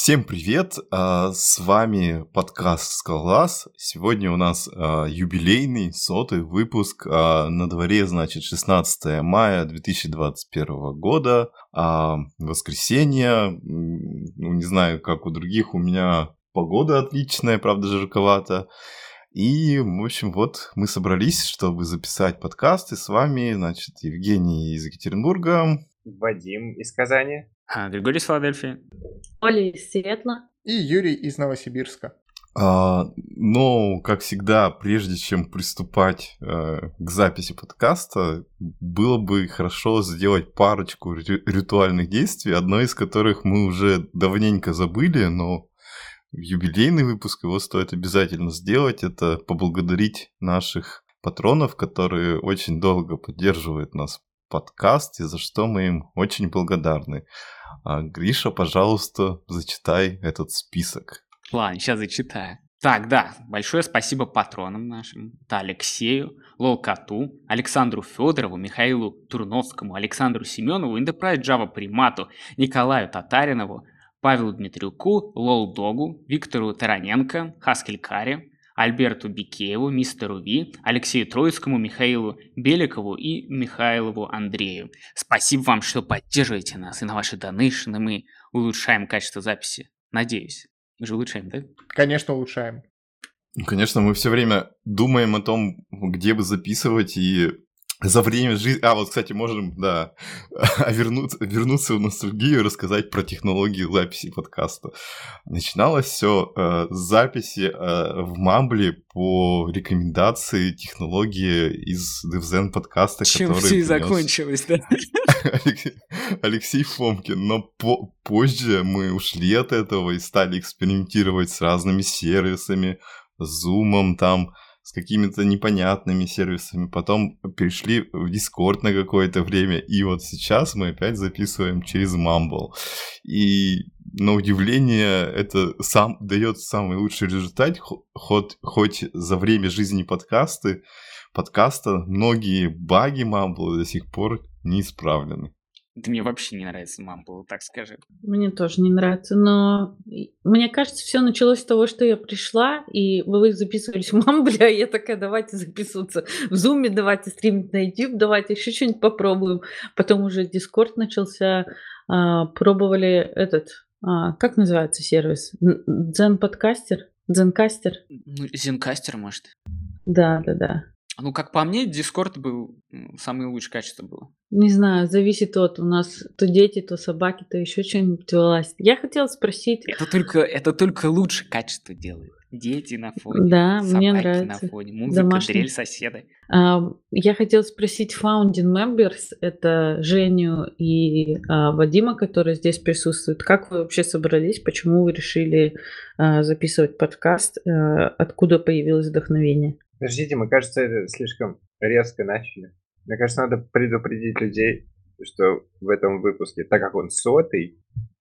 Всем привет! С вами подкаст «Скалолаз». Сегодня у нас юбилейный 100-й выпуск. На дворе, значит, 16 мая 2021 года. Воскресенье. Не знаю, как у других. У меня погода отличная, правда, жарковато. И, в общем, вот мы собрались, чтобы записать подкаст. И с вами, значит, Евгений из Екатеринбурга. Вадим из Казани. Григорий из Филадельфии. Оля из Сиэтла. И Юрий из Новосибирска. Но, как всегда, прежде чем приступать к записи подкаста, было бы хорошо сделать парочку ритуальных действий, одно из которых мы уже давненько забыли, но в юбилейный выпуск его стоит обязательно сделать. Это поблагодарить наших патронов, которые очень долго поддерживают нас в подкасте, за что мы им очень благодарны. Гриша, пожалуйста, зачитай этот список. Ладно, сейчас зачитаю. Так, да, большое спасибо патронам нашим. Это Алексею, Лолкоту, Александру Федорову, Михаилу Турновскому, Александру Семенову, Enterprise Java Примату, Николаю Татаринову, Павелу Дмитрюку, Лолдогу, Виктору Тараненко, Хаскелькаре, Альберту Бикееву, Мистеру Ви, Алексею Троицкому, Михаилу Беликову и Михайлову Андрею. Спасибо вам, что поддерживаете нас, и на ваши донейшны мы улучшаем качество записи. Надеюсь. Мы же улучшаем, да? Конечно, улучшаем. Конечно, мы все время думаем о том, где бы записывать, и за время жизни... вот, кстати, можем, да, вернуться в ностальгию и рассказать про технологии записи подкаста. Начиналось все с записи в Мамбле по рекомендации технологии из DevZen подкаста, чем все и закончилось, да? Алексей Фомкин. Но позже мы ушли от этого и стали экспериментировать с разными сервисами, с Zoom там, с какими-то непонятными сервисами, потом перешли в Discord на какое-то время, и вот сейчас мы опять записываем через Mumble. И, на удивление, это дает самый лучший результат, хоть за время жизни подкаста многие баги Mumble до сих пор не исправлены. Да мне вообще не нравится Mumble, так скажи. Мне тоже не нравится, но мне кажется, все началось с того, что я пришла, и вы записывались в Mumble, а я такая, давайте записываться в Zoom, давайте стримить на YouTube, давайте еще что-нибудь попробуем. Потом уже Discord начался, пробовали как называется сервис? Zencaster? Zencastr, может? Да. Ну, как по мне, Discord был самое лучшее качество было. Не знаю, зависит от у нас то дети, то собаки, то еще что-нибудь вылазит. Я хотела спросить... Это только лучше качество делает. Дети на фоне, да, собаки мне нравится. на фоне, музыка, Домашний. дрель соседа. Я хотела спросить founding members, это Женю и Вадима, которые здесь присутствуют. Как вы вообще собрались? Почему вы решили записывать подкаст? Откуда появилось вдохновение? Подождите, мы, кажется, это слишком резко начали. Мне кажется, надо предупредить людей, что в этом выпуске, так как он 100-й,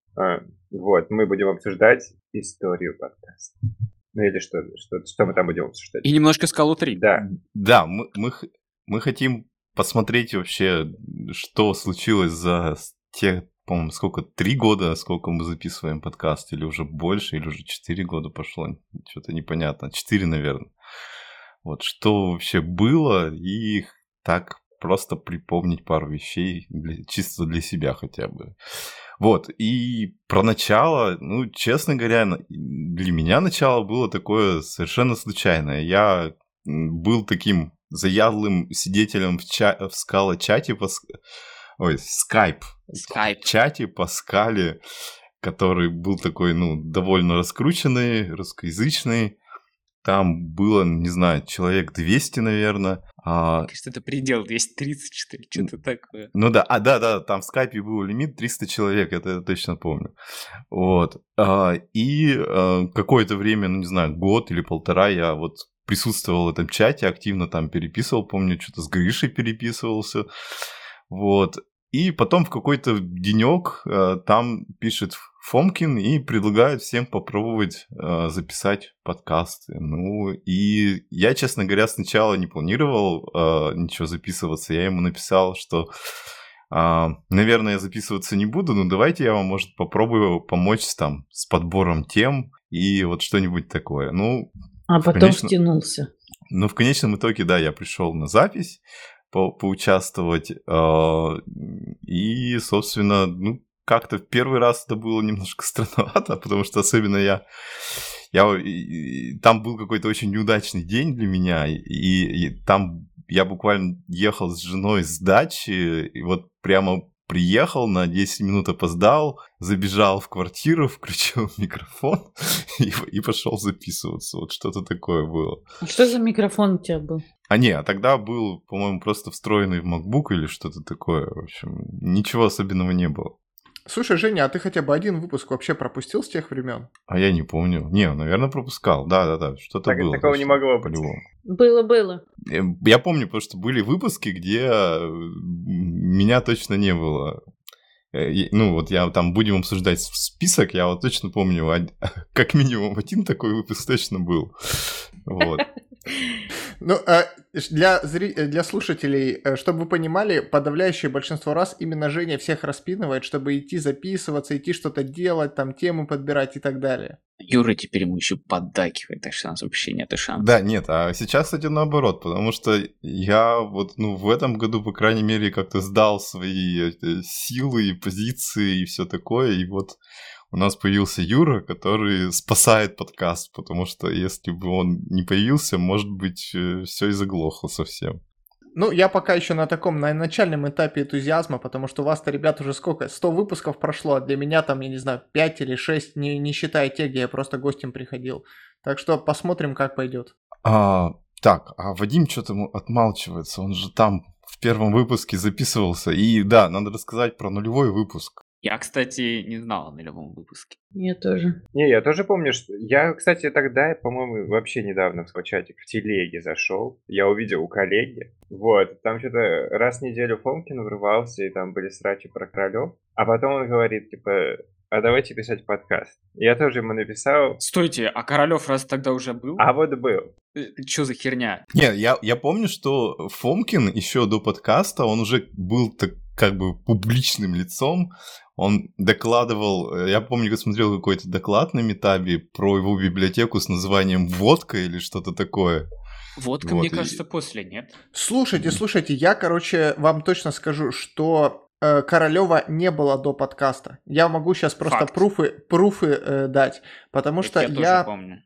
мы будем обсуждать историю подкаста. Ну или что мы там будем обсуждать? И немножко Скалу 3. Да, мы хотим посмотреть вообще, что случилось за те, по-моему, 3 года, сколько мы записываем подкаст, или уже больше, или уже 4 года пошло, что-то непонятно, 4, наверное. Вот, что вообще было, и так просто припомнить пару вещей, чисто для себя хотя бы. Вот, и про начало, честно говоря, для меня начало было такое совершенно случайное. Я был таким заядлым сидетелем в скала-чате Skype-чате по скале, который был такой, довольно раскрученный, русскоязычный. Там было, не знаю, человек 200, наверное. Кажется, это предел 230, что ли, что-то такое. Ну да, да, там в скайпе был лимит 300 человек, это я точно помню. Вот. И какое-то время, не знаю, год или полтора я вот присутствовал в этом чате, активно там переписывал, помню, что-то с Гришей переписывался. Вот. И потом в какой-то денек там пишет Фомкин и предлагает всем попробовать записать подкасты. И я, честно говоря, сначала не планировал ничего записываться. Я ему написал, что Наверное, я записываться не буду, но давайте я вам, может, попробую помочь там с подбором тем и вот что-нибудь такое. Ну, А в потом конечном, втянулся. ну, в конечном итоге, да, я пришел на запись поучаствовать, и, собственно, ну, как-то в первый раз это было немножко странновато, потому что особенно там был какой-то очень неудачный день для меня, и там я буквально ехал с женой с дачи, и вот прямо приехал, на 10 минут опоздал, забежал в квартиру, включил микрофон и пошел записываться. Вот что-то такое было. А что за микрофон у тебя был? А тогда был, по-моему, просто встроенный в MacBook или что-то такое. В общем, ничего особенного не было. Слушай, Женя, а ты хотя бы один выпуск вообще пропустил с тех времен? А я не помню. Не, наверное, пропускал. Да, что-то Так, было. такого не точно, могло быть. по-любому. Было. Я помню, потому что были выпуски, где меня точно не было. Ну, вот я там будем обсуждать список, я вот точно помню, как минимум один такой выпуск точно был. Вот. Ну, для слушателей, чтобы вы понимали, подавляющее большинство раз именно Женя всех распинывает, чтобы идти записываться, идти что-то делать, там тему подбирать и так далее. Юра теперь ему еще поддакивает, так что у нас вообще нет шансов. Да, нет, а сейчас, кстати, наоборот, потому что я вот, ну, в этом году, по крайней мере, как-то сдал свои силы и позиции и все такое, и вот у нас появился Юра, который спасает подкаст, потому что если бы он не появился, может быть, все и заглохло совсем. Ну, я пока еще на начальном этапе энтузиазма, потому что у вас-то, ребят, уже сколько? 100 выпусков прошло, а для меня там, я не знаю, 5 или 6, не считая те, где я просто гостем приходил. Так что посмотрим, как пойдет. Так, а Вадим что-то отмалчивается, он же там в первом выпуске записывался. И да, надо рассказать про нулевой выпуск. Я, кстати, не знал о нулевом выпуске. Я тоже. Не, я тоже помню, что... Я, кстати, тогда, по-моему, вообще недавно в чатик в телеге зашел. Я увидел у коллеги. Вот, там что-то раз в неделю Фомкин врывался, и там были срачи про Королёв. А потом он говорит, типа, а давайте писать подкаст. Я тоже ему написал. Стойте, а Королёв раз тогда уже был? А вот был. Чё за херня? Не, я помню, что Фомкин еще до подкаста, он уже был так как бы публичным лицом. Он докладывал, я помню, я смотрел какой-то доклад на Метабе про его библиотеку с названием «Водка» или что-то такое. Водка, Вот, мне и- кажется, после, нет? Слушайте, я, вам точно скажу, что Королева не было до подкаста. Я могу сейчас просто Факт. пруфы дать, потому что Это я тоже я,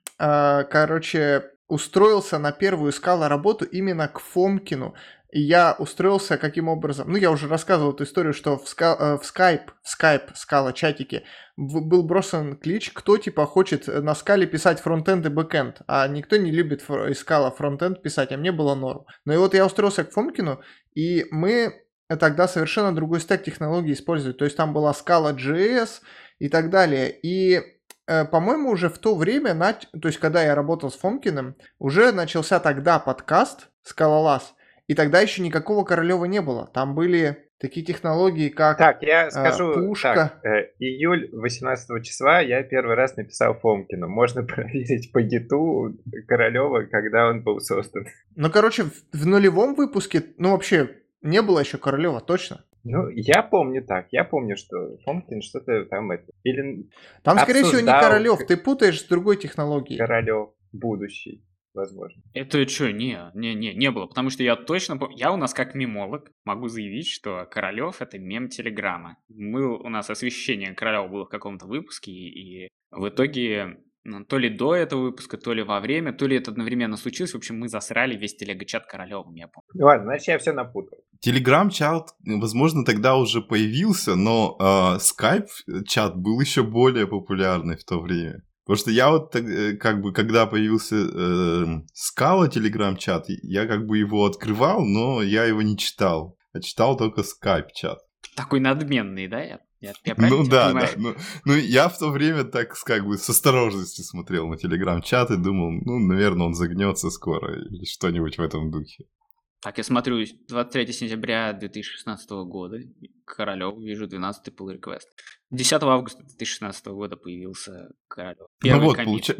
помню. устроился на первую искала работу именно к Фомкину. И я устроился каким образом? Ну, я уже рассказывал эту историю, что в Skype скала чатике был брошен клич, кто типа хочет на скале писать фронтенд и бэкенд, а никто не любит из скала фронтенд писать, а мне было норм. Ну и вот я устроился к Фомкину, и мы тогда совершенно другой стек технологий использовали. То есть там была Scala.js и так далее. И по-моему, уже в то время, то есть когда я работал с Фомкиным, уже начался тогда подкаст Скалолаз, и тогда еще никакого Королева не было. Там были такие технологии, как Так, я скажу пушка. так. Июль 18 числа я первый раз написал Фомкину. Можно проверить по гиту Королева, когда он был создан. Ну, короче, в нулевом выпуске, ну, вообще, не было еще Королева, точно. Ну, я помню так. Я помню, что Фомкин что-то там это... Или Там, скорее всего, не обсуждал Королев, ты путаешь с другой технологией. Королев будущий, возможно. Это что, не было, потому что я точно помню, я у нас как мемолог могу заявить, что Королёв это мем Телеграма. У нас освещение Королёва было в каком-то выпуске, и в итоге то ли до этого выпуска, то ли во время, то ли это одновременно случилось, в общем, мы засрали весь телегочат Королёвым, я помню. Ну ладно, значит, я все напутал. Телеграм-чат, возможно, тогда уже появился, но скайп-чат был еще более популярный в то время. Потому что я вот как бы, когда появился Scala телеграм-чат, я как бы его открывал, но я его не читал, а читал только скайп-чат. Такой надменный, да? Я правильно Ну тебя да, понимаю? ну я в то время так как бы с осторожностью смотрел на телеграм-чат и думал, ну, наверное, он загнется скоро или что-нибудь в этом духе. Так, я смотрю, 23 сентября 2016 года, Королёв, вижу 12-й pull request. 10 августа 2016 года появился Королёв. Ну Первый вот, коммит.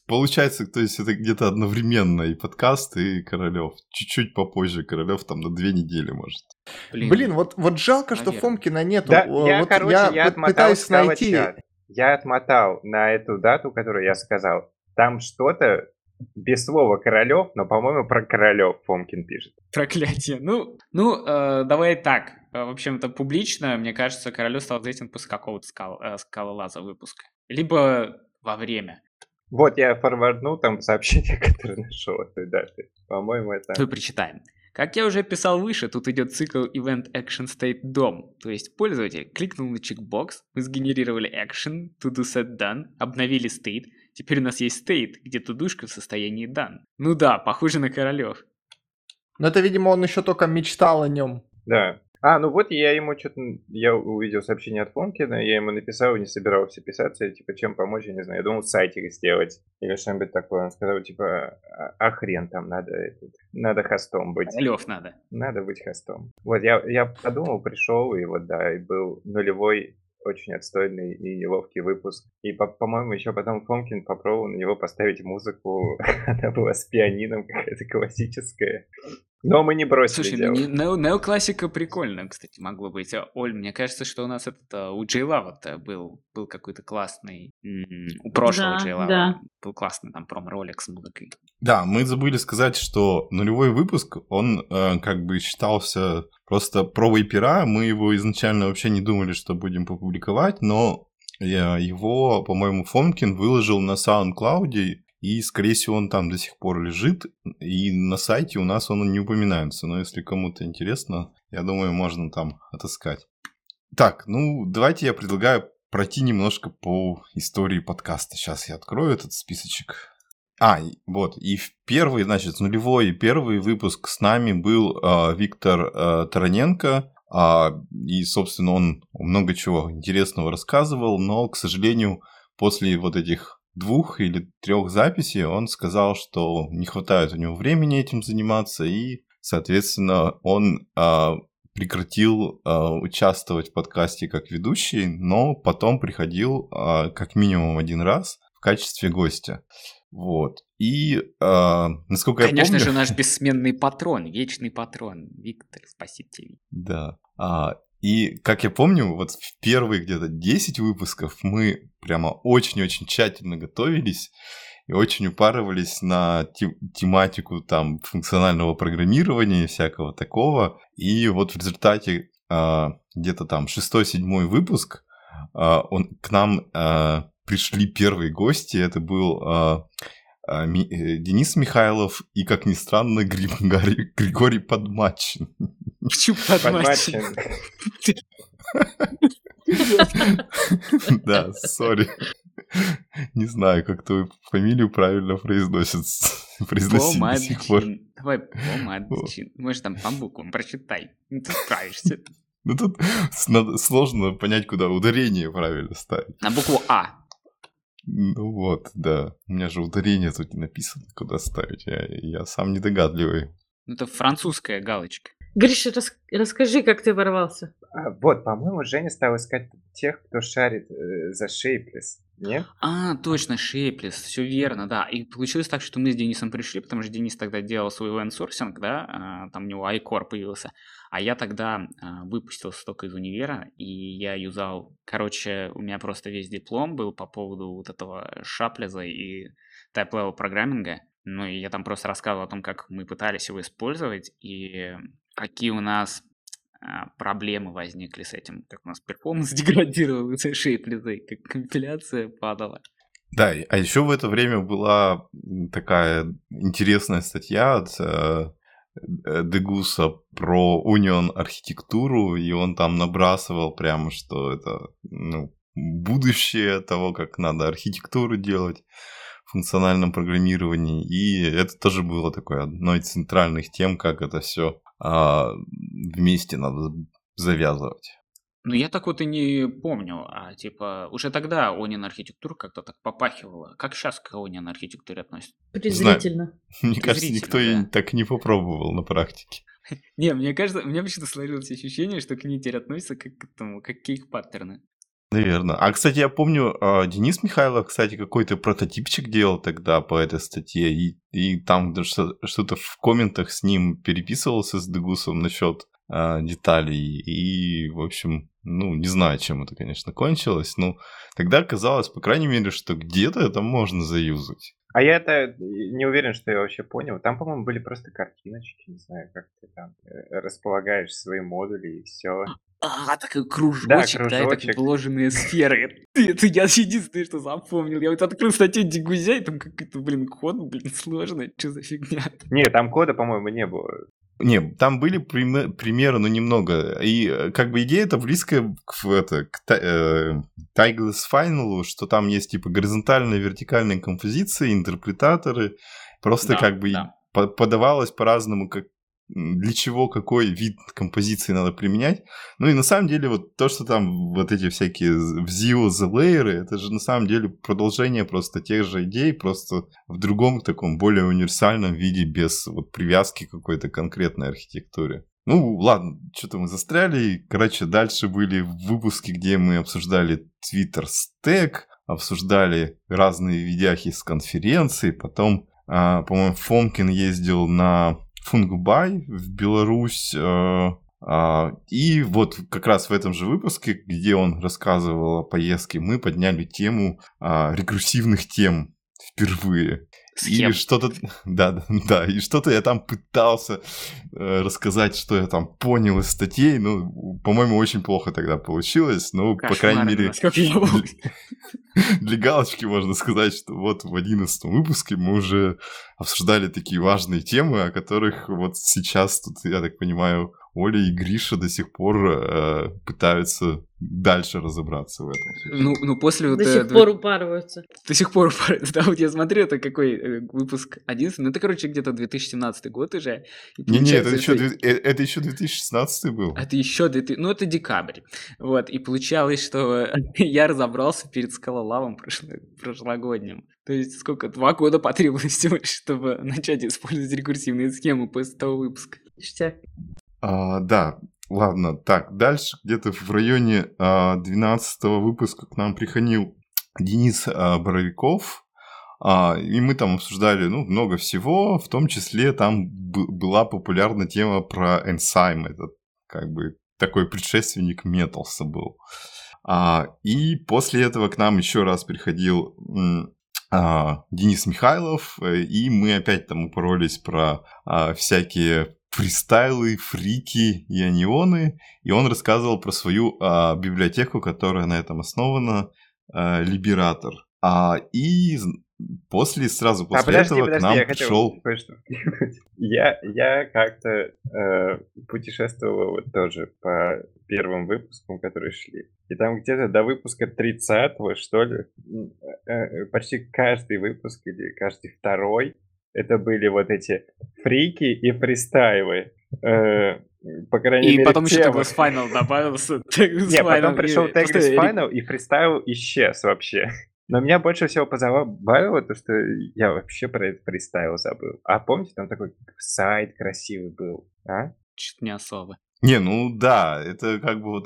получается, то есть это где-то одновременно и подкаст, и Королёв. Чуть-чуть попозже Королёв, там на 2 недели, может. Блин, вот жалко, что наверное. Фомкина нету. Да, Вот я отмотал пытаюсь сначала найти. чат. Я отмотал на эту дату, которую я сказал. Там что-то без слова Королёв, но, по-моему, про Королёв Фомкин пишет. Проклятие. Давай так. В общем-то, публично, мне кажется, Королёв стал известен после какого-то скалолаза выпуска. Либо во время. Вот я форварднул там сообщение, которое нашел этой даты. По-моему, это... Давай прочитаем. Как я уже писал выше, тут идет цикл Event Action State DOM. То есть пользователь кликнул на чекбокс, мы сгенерировали action, to do set done, обновили state. Теперь у нас есть state, где тудушка в состоянии done. Ну да, похоже на Королёв. Но это, видимо, он еще только мечтал о нем. Да. Ну вот я ему что-то... Я увидел сообщение от Фомкина, я ему написал, не собирался писаться, типа, чем помочь, я не знаю. Я думал, сайтик сделать или что-нибудь такое. Он сказал, типа, хрен там, надо хостом быть. Королёв надо. Надо быть хостом. Вот, я подумал, пришел, и вот, да, и был нулевой, очень отстойный и неловкий выпуск. И, по-моему, еще потом Фомкин попробовал на него поставить музыку. Она была с пианином какая-то классическая. Но мы не бросили Слушай, дело. неоклассика прикольно, кстати, могло быть. Оль, мне кажется, что у нас у Джейлава-то был какой-то классный... У прошлого Да, Джейлава да. был классный там промо-ролик с музыкой. Да, мы забыли сказать, что нулевой выпуск, он как бы считался просто пробой пера. Мы его изначально вообще не думали, что будем публиковать, но его, по-моему, Фомкин выложил на SoundCloud, и, скорее всего, он там до сих пор лежит, и на сайте у нас он не упоминается. Но если кому-то интересно, я думаю, можно там отыскать. Так, давайте я предлагаю пройти немножко по истории подкаста. Сейчас я открою этот списочек. И в первый, значит, нулевой первый выпуск с нами был Виктор Тараненко. И, собственно, он много чего интересного рассказывал, но, к сожалению, после вот этих 2 или 3 записей он сказал, что не хватает у него времени этим заниматься, и, соответственно, он прекратил участвовать в подкасте как ведущий, но потом приходил как минимум 1 раз в качестве гостя. Вот. И, насколько Конечно я помню... же, наш бессменный патрон, вечный патрон. Виктор, спасибо тебе. Да. И, как я помню, вот в первые где-то 10 выпусков мы прямо очень-очень тщательно готовились и очень упарывались на тематику там функционального программирования и всякого такого. И вот в результате где-то там 6-7 выпуск к нам пришли первые гости. Это был Денис Михайлов и, как ни странно, Григорий Подмачин. Почему Подмачин? Да, сори. Не знаю, как твою фамилию правильно произносить до сих пор. Давай Помадчин. Может, там по буквам прочитай. Ты справишься. Тут сложно понять, куда ударение правильно ставить. На букву А. Ну вот, да. У меня же ударение тут не написано, куда ставить. Я сам недогадливый. Это французская галочка. Гриша, расскажи, как ты ворвался. Вот, по-моему, Женя стал искать тех, кто шарит за Shapeless. Нет? Точно, Shapeless, все верно, да. И получилось так, что мы с Денисом пришли, потому что Денис тогда делал свой венсорсинг, да, там у него iCore появился, а я тогда выпустился только из универа, и я юзал, у меня просто весь диплом был по поводу вот этого Shapless и type-level программинга, и я там просто рассказывал о том, как мы пытались его использовать, и какие у нас проблемы возникли с этим, как у нас перформанс деградировал из-за Shapeless, как компиляция падала. Да, а еще в это время была такая интересная статья от Дегуса про Union архитектуру, и он там набрасывал прямо, что это будущее того, как надо архитектуру делать в функциональном программировании. И это тоже было такой одной из центральных тем, как это все вместе надо завязывать. Я так вот и не помню, уже тогда Onion архитектура как-то так попахивала. Как сейчас к Onion архитектуре относятся? Презрительно. Мне кажется, никто и так не попробовал на практике. Не, мне кажется, у меня почему-то сложилось ощущение, что к ней теперь относятся как к этому, как кейк-паттерны. Наверное. А, кстати, я помню, Денис Михайлов, кстати, какой-то прототипчик делал тогда по этой статье, и там что-то в комментах с ним переписывался с Дегусом насчет деталей, и, в общем, ну, не знаю, чем это, конечно, кончилось, но тогда казалось, по крайней мере, что где-то это можно заюзать. А я-то не уверен, что я вообще понял. Там, по-моему, были просто картиночки, не знаю, как ты там располагаешь свои модули и все. Такой кружочек, да, и так кружочек. вложенные сферы. Это я единственное, что запомнил. Я вот открыл статью Дегузя, и там какой-то, код, сложный. Что за фигня? Не, там кода, по-моему, не было. Не, там были примеры, но немного. И как бы идея-то близкая к Tigeless Final, что там есть типа горизонтальные, вертикальные композиции, интерпретаторы. Просто подавалось по-разному, как для чего, какой вид композиции надо применять. Ну и на самом деле вот то, что там вот эти всякие View the Layer, это же на самом деле продолжение просто тех же идей, просто в другом таком более универсальном виде, без вот привязки к какой-то конкретной архитектуре. Ну, ладно, что-то мы застряли. Короче, дальше были выпуски, где мы обсуждали Twitter Stack, обсуждали разные видяхи с конференции, потом, по-моему, Фомкин ездил на Фунгбай в Беларусь, и вот как раз в этом же выпуске, где он рассказывал о поездке, мы подняли тему рекурсивных тем впервые. Схем. И что-то, да, и что-то я там пытался рассказать, что я там понял из статей, ну, по-моему, очень плохо тогда получилось, но, по крайней мере, для галочки можно сказать, что вот в 11-м выпуске мы уже обсуждали такие важные темы, о которых вот сейчас тут, я так понимаю, Оля и Гриша до сих пор пытаются дальше разобраться в этом. Ну после вот... До сих пор упарываются. До сих пор упарываются, да, вот я смотрю, это какой выпуск 11, ну это, короче, где-то 2017 год уже. Не-не, это еще 2016 был. Это еще, ну это декабрь. Вот, и получалось, что я разобрался перед Скалолавом прошлогодним. То есть сколько, 2 года потребовалось всего лишь, чтобы начать использовать рекурсивные схемы после того выпуска. Да, ладно, так, дальше где-то в районе 12-го выпуска к нам приходил Денис Боровиков, и мы там обсуждали, ну, много всего, в том числе там была популярна тема про Enzyme, это как бы такой предшественник Металса был. И после этого к нам еще раз приходил Денис Михайлов, и мы опять там упоролись про всякие фристайлы, фрики и анионы, и он рассказывал про свою библиотеку, которая на этом основана, Liberator. И сразу после этого к нам пришел... Я как-то путешествовал вот тоже по первым выпускам, которые шли. И там где-то до выпуска 30-го, что ли, почти каждый выпуск или каждый второй, это были вот эти фрики и фристайлы. По крайней мере, потом еще Tagless Final добавился. Не, потом пришел Tagless Final, и фристайл исчез вообще. Но меня больше всего позабавило то, что я вообще про этот фристайл забыл. А помните, там такой сайт красивый был, а? Чуть не особо. Не, ну да, это как бы вот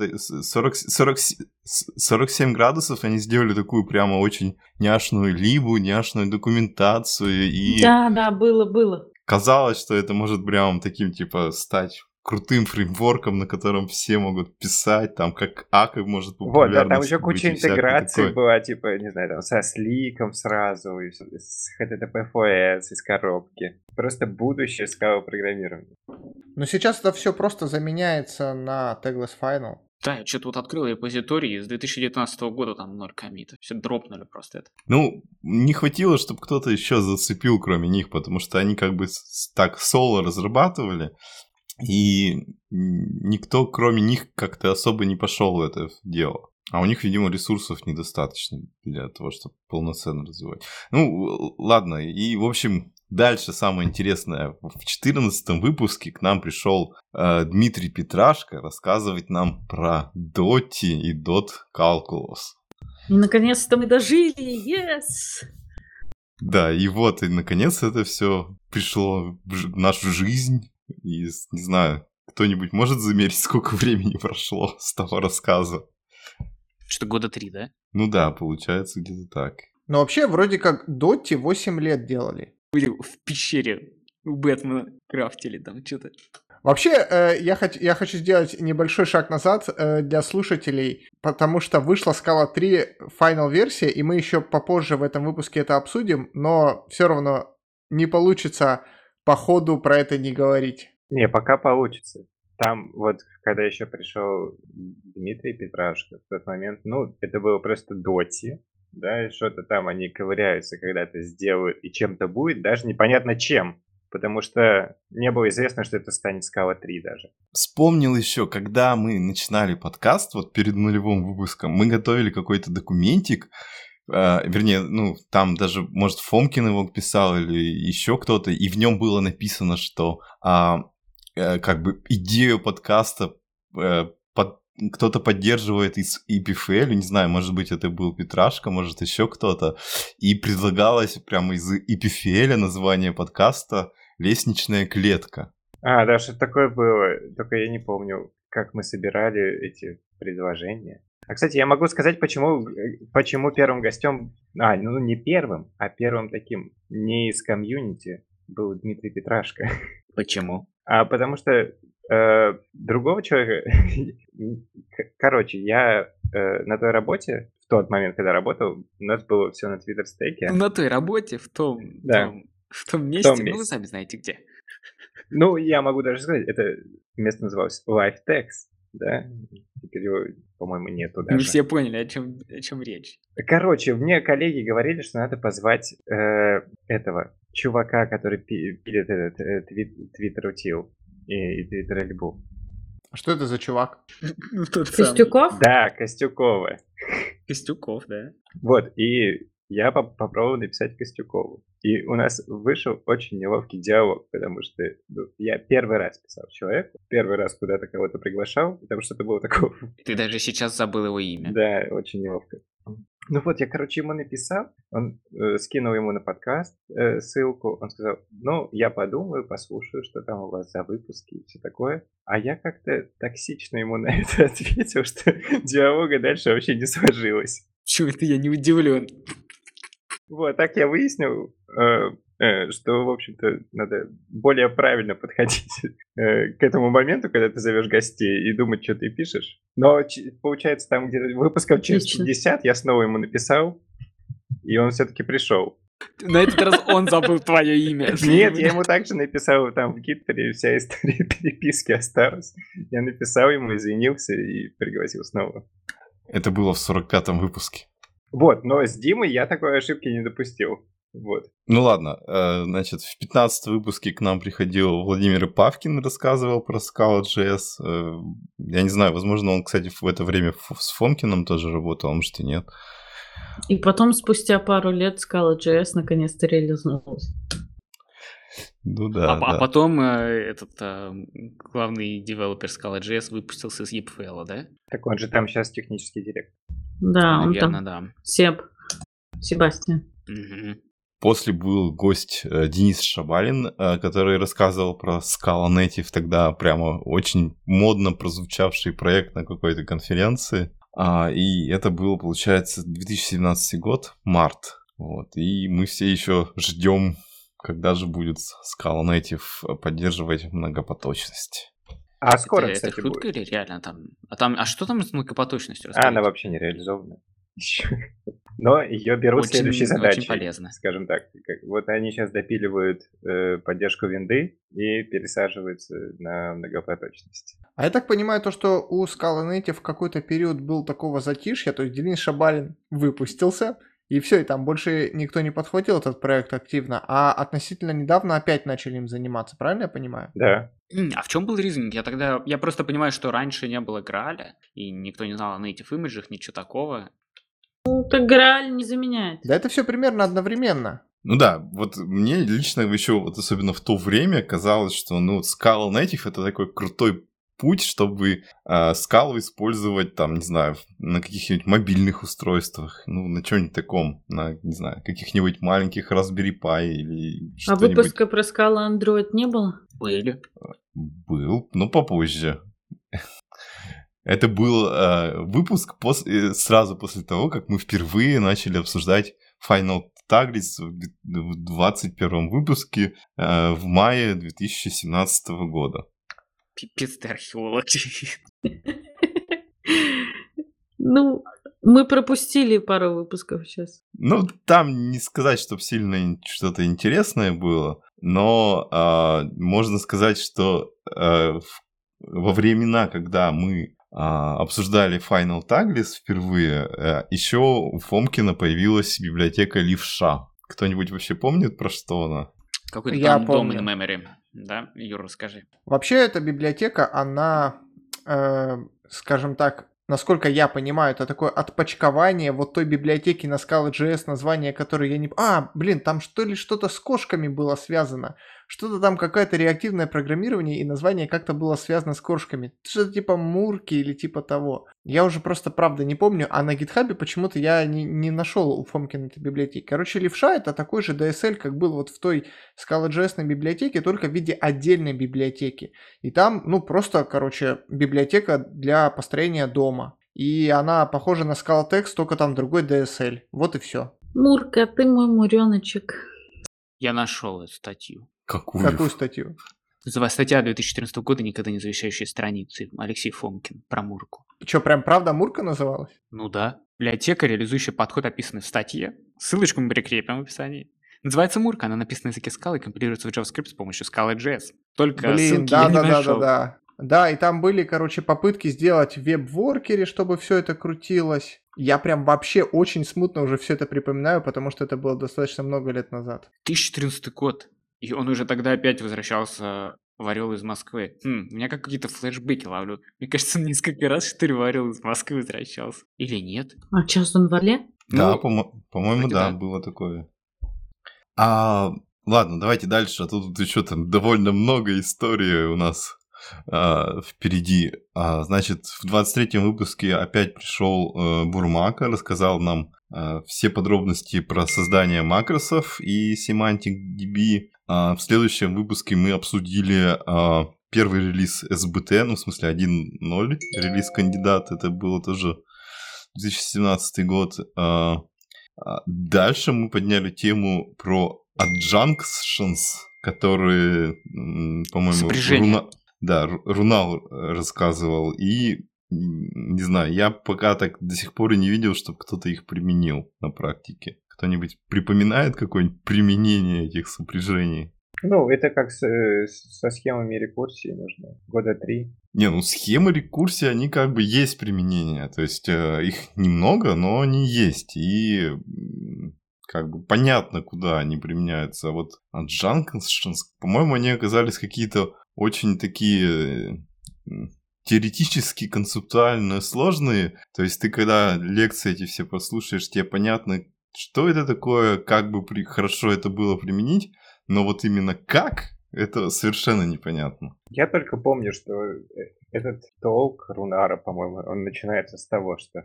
47 градусов они сделали такую прямо очень няшную либу, няшную документацию. И да, было. Казалось, что это может прям таким, типа, стать крутым фреймворком, на котором все могут писать, там, как Ака может популярность. Вот, да, там еще куча интеграций была, типа, не знаю, там, со сликом сразу, с HTTP/FOS из коробки. Просто будущее скала-программирования. Но сейчас это все просто заменяется на Tagless Final. Да, я что-то вот открыл репозиторий с 2019 года, там 0 коммита. Все дропнули просто это. Ну, не хватило, чтобы кто-то еще зацепил, кроме них, потому что они как бы так соло разрабатывали, и никто, кроме них, как-то особо не пошел в это дело. А у них, видимо, ресурсов недостаточно для того, чтобы полноценно развивать. Ну, ладно, и, в общем, дальше самое интересное. В 14-м выпуске к нам пришел Дмитрий Петрашко рассказывать нам про Доти и Dot Calculus. И наконец-то мы дожили, yes! Да, и вот, и наконец это все пришло в нашу жизнь. И, не знаю, кто-нибудь может замерить, сколько времени прошло с того рассказа? Что-то года 3, да? Ну да, получается где-то так. Но вообще, вроде как, Дотти 8 лет делали. Были в пещере у Бэтмена крафтили там что-то. Вообще, я хочу сделать небольшой шаг назад для слушателей, потому что вышла Scala 3 Final версия, и мы еще попозже в этом выпуске это обсудим, но все равно не получится по ходу про это не говорить. Не, пока получится. Там вот, когда еще пришел Дмитрий Петрашко, в тот момент, ну, это было просто доти, да, и что-то там они ковыряются, когда-то сделают, и чем-то будет, даже непонятно чем, потому что не было известно, что это станет Scala 3 даже. Вспомнил еще, когда мы начинали подкаст, вот перед нулевым выпуском, мы готовили какой-то документик, вернее, ну, там даже, может, Фомкин его писал или еще кто-то, и в нем было написано, что как бы идею подкаста кто-то поддерживает из EPFL, не знаю, может быть, это был Петрашка, может, еще кто-то, и предлагалось прямо из EPFL название подкаста «Лестничная клетка». Да, что такое было, только я не помню, как мы собирали эти предложения. Кстати, я могу сказать, почему первым гостем, ну не первым, а первым таким не из комьюнити был Дмитрий Петрашко. Почему? Потому что другого человека... Короче, я на той работе, в тот момент, когда работал, у нас было все на Twitter-стеке. На той работе, в том месте, ну вы сами знаете где. Ну, я могу даже сказать, это место называлось LiveText, да? Теперь его, по-моему, нету даже. Мы все поняли, о чем речь. Короче, мне коллеги говорили, что надо позвать этого чувака, который пилит этот Twitter-утил и Twitter-альбу. А что это за чувак? Костюков? Да, Костюкова. Костюков, да. Вот, и я попробовал написать Костюкову. И у нас вышел очень неловкий диалог, потому что я первый раз писал человеку, первый раз куда-то кого-то приглашал, потому что это было такое... Ты даже сейчас забыл его имя. Да, очень неловко. Ну вот, я, короче, ему написал, он скинул ему на подкаст ссылку, он сказал, ну, я подумаю, послушаю, что там у вас за выпуски и все такое. А я как-то токсично ему на это ответил, что диалога дальше вообще не сложилось. Чего это я не удивлен? Вот, так я выяснил, что, в общем-то, надо более правильно подходить к этому моменту, когда ты зовешь гостей, и думать, что ты пишешь. Но, получается, там где-то выпусков через 50 я снова ему написал, и он все-таки пришел. На этот раз он забыл твое имя. Нет, я ему также написал там в Гиттере, вся история переписки осталась. Я написал ему, извинился и пригласил снова. Это было в 45-м выпуске. Вот, но с Димой я такой ошибки не допустил. Вот. Ну ладно, значит, в 15-м выпуске к нам приходил Владимир Павкин, рассказывал про Scala.js. Я не знаю, возможно, он, кстати, в это время с Фомкиным тоже работал, а может и нет. И потом, спустя пару лет, Scala.js наконец-то реализовалась. Ну да, А потом этот главный девелопер Scala.js выпустился с EPFL, да? Так он же там сейчас технический директор. Да, наверное, он там. да. Себастьян. Угу. После был гость Денис Шабалин, который рассказывал про Scala Native, тогда прямо очень модно прозвучавший проект на какой-то конференции. И это был, получается, 2017 год, март. Вот. И мы все еще ждем, когда же будет Scala Native поддерживать многопоточность. А скоро, это кстати, шутка будет. или реально там? А что там с многопоточностью? Она вообще не реализована. Но ее берут следующей задачей. Очень полезно. Скажем так. Вот они сейчас допиливают поддержку винды и пересаживаются на многопоточность. А я так понимаю, то, что у Scala Native в какой-то период был такого затишья, то есть Денис Шабалин выпустился, и все, и там больше никто не подхватил этот проект активно, а относительно недавно опять начали им заниматься, правильно я понимаю? Да. А в чем был ризинг? Я просто понимаю, что раньше не было Грааля, и никто не знал о native имиджах, ничего такого. Ну, так Грааль не заменяет. Да это все примерно одновременно. Ну да, вот мне лично еще, вот особенно в то время, казалось, что Scala Native это такой крутой путь, чтобы Scala использовать, там, не знаю, на каких-нибудь мобильных устройствах, на чем-нибудь таком, на, не знаю, каких-нибудь маленьких Raspberry Pi или что-нибудь. А выпуска про Scala Android не было? Были. Был, но попозже. Это был выпуск сразу после того, как мы впервые начали обсуждать Final Taglis в 21 выпуске в мае 2017 года. Пипец ты археолог. Ну, мы пропустили пару выпусков сейчас. Ну, там не сказать, чтобы сильно что-то интересное было, но можно сказать, что во времена, когда мы обсуждали Final Taglis впервые, еще у Фомкина появилась библиотека Левша. Кто-нибудь вообще помнит, про что она? Какой-то Я там помню. Domain Memory. Да, Юр, расскажи. Вообще, эта библиотека, она, скажем так, насколько я понимаю, это такое отпочкование вот той библиотеки на Scala.js, название которой я не... там что ли что-то с кошками было связано. Что-то там, какое-то реактивное программирование, и название как-то было связано с кошками. Что-то типа Мурки или типа того. Я уже просто, правда, не помню, а на гитхабе почему-то я не нашел у Фомкина этой библиотеки. Короче, Левша — это такой же DSL, как был вот в той Scala.js библиотеке, только в виде отдельной библиотеки. И там, просто, библиотека для построения дома. И она похожа на Scala.txt, только там другой DSL. Вот и все. Мурка, ты мой муреночек. Я нашел эту статью. Какую статью? Называется статья 2014 года, никогда не завещающая страницы. Алексей Фомкин про Мурку. Что, прям правда Мурка называлась? Ну да. Библиотека, реализующая подход, описанный в статье. Ссылочку мы прикрепим в описании. Называется Мурка, она написана на языке Scala и компилируется в JavaScript с помощью Scala.js. Только ссылки я не нашел. Да, и там были, попытки сделать в веб-воркере, чтобы все это крутилось. Я прям вообще очень смутно уже все это припоминаю, потому что это было достаточно много лет назад. 2014 год. И он уже тогда опять возвращался в Орел из Москвы. У меня как какие-то флешбеки ловлю. Мне кажется, он несколько раз, что ли, в Орел из Москвы возвращался. Или нет? А сейчас он в Орле? Да, по-моему, да, да, было такое. Ладно, давайте дальше, а тут еще там довольно много историй у нас впереди. Значит, в 23-м выпуске опять пришел Бурмака, рассказал нам все подробности про создание макросов и SemanticDB. В следующем выпуске мы обсудили первый релиз SBT, в смысле 1.0 релиз кандидат, это было тоже 2017 год. Дальше мы подняли тему про adjunctions, которые, по-моему, Рунал рассказывал, и не знаю, я пока так до сих пор и не видел, чтобы кто-то их применил на практике. Кто-нибудь припоминает какое-нибудь применение этих сопряжений? Это как со схемами рекурсии нужно. Года 3. Схемы рекурсии, они как бы есть применение. То есть их немного, но они есть. И как бы понятно, куда они применяются. Вот adjunctions, по-моему, они оказались какие-то очень такие теоретически, концептуально сложные. То есть ты, когда лекции эти все послушаешь, тебе понятно, что это такое, как бы хорошо это было применить, но вот именно как, это совершенно непонятно. Я только помню, что этот толк Рунара, по-моему, он начинается с того, что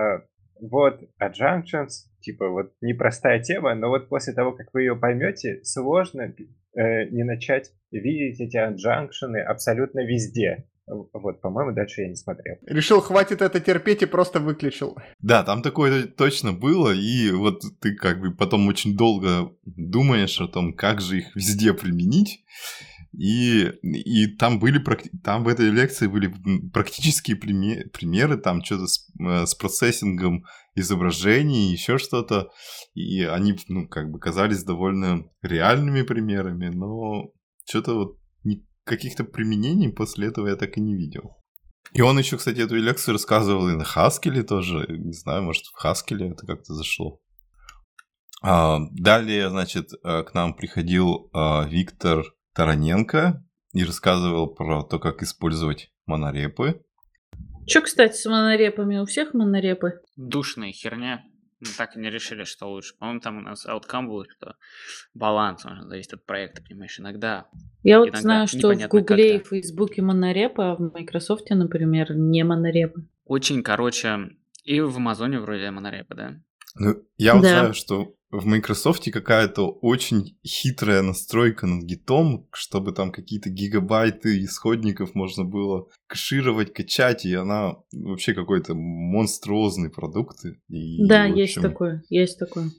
adjunctions, непростая тема, но вот после того, как вы ее поймете, сложно не начать видеть эти adjunctions абсолютно везде. Вот, по-моему, дальше я не смотрел. Решил, хватит это терпеть и просто выключил. Да, там такое точно было, и вот ты как бы потом очень долго думаешь о том, как же их везде применить. И там в этой лекции были практические примеры, там что-то с процессингом изображений, еще что-то. И они, казались довольно реальными примерами, но что-то каких-то применений после этого я так и не видел. И он еще, кстати, эту лекцию рассказывал и на Haskell тоже. Не знаю, может, в Haskell это как-то зашло. Далее, значит, к нам приходил Виктор Тараненко и рассказывал про то, как использовать монорепы. Что, кстати, с монорепами? У всех монорепы? Душная херня. Мы так и не решили, что лучше. По-моему, там у нас outcome был, что баланс зависит от проекта, понимаешь, иногда. Я вот знаю, что в Гугле и в Фейсбуке монорепы, а в Майкрософте, например, не монорепы. Очень, и в Амазоне вроде монорепы, да? Я вот знаю, что в Microsoft какая-то очень хитрая настройка над гитом, чтобы там какие-то гигабайты исходников можно было кэшировать, качать, и она вообще какой-то монструозный продукт. И, Да, в есть общем, такое, есть такое.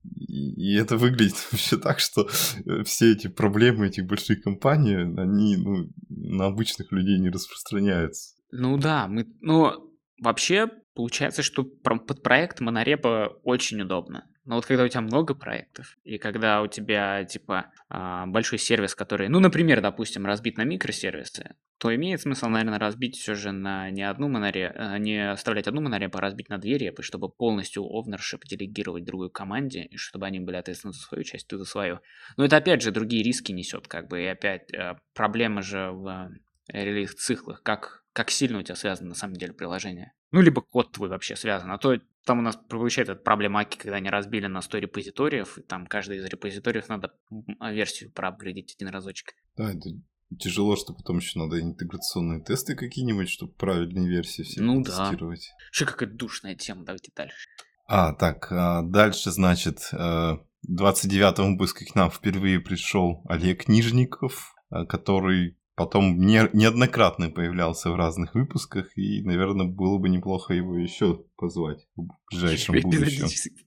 и это выглядит вообще так, что все эти проблемы этих больших компаний, они на обычных людей не распространяются. Ну да, вообще получается, что под проект монорепа очень удобно. Но вот когда у тебя много проектов, и когда у тебя, типа, большой сервис, который, например, допустим, разбит на микросервисы, то имеет смысл, наверное, разбить все же на не оставлять одну монорепу, а разбить на 2 репы, чтобы полностью ownership делегировать другой команде, и чтобы они были ответственны за свою часть, ты за свою. Но это, опять же, другие риски несет, как бы, и опять проблема же в релиз-циклах, как сильно у тебя связано на самом деле приложение. Либо код твой вообще связан. А то там у нас получается эта проблема Аки, когда они разбили на 100 репозиториев, и там каждый из репозиториев надо версию проапгрейдить один разочек. Да, это тяжело, что потом еще надо интеграционные тесты какие-нибудь, чтобы правильные версии все тестировать. Да. Что какая душная тема, давайте дальше. Дальше, значит, в 29-м выпуске к нам впервые пришел Олег Нижников, который потом неоднократно появлялся в разных выпусках, и, наверное, было бы неплохо его еще позвать в ближайшем будущем.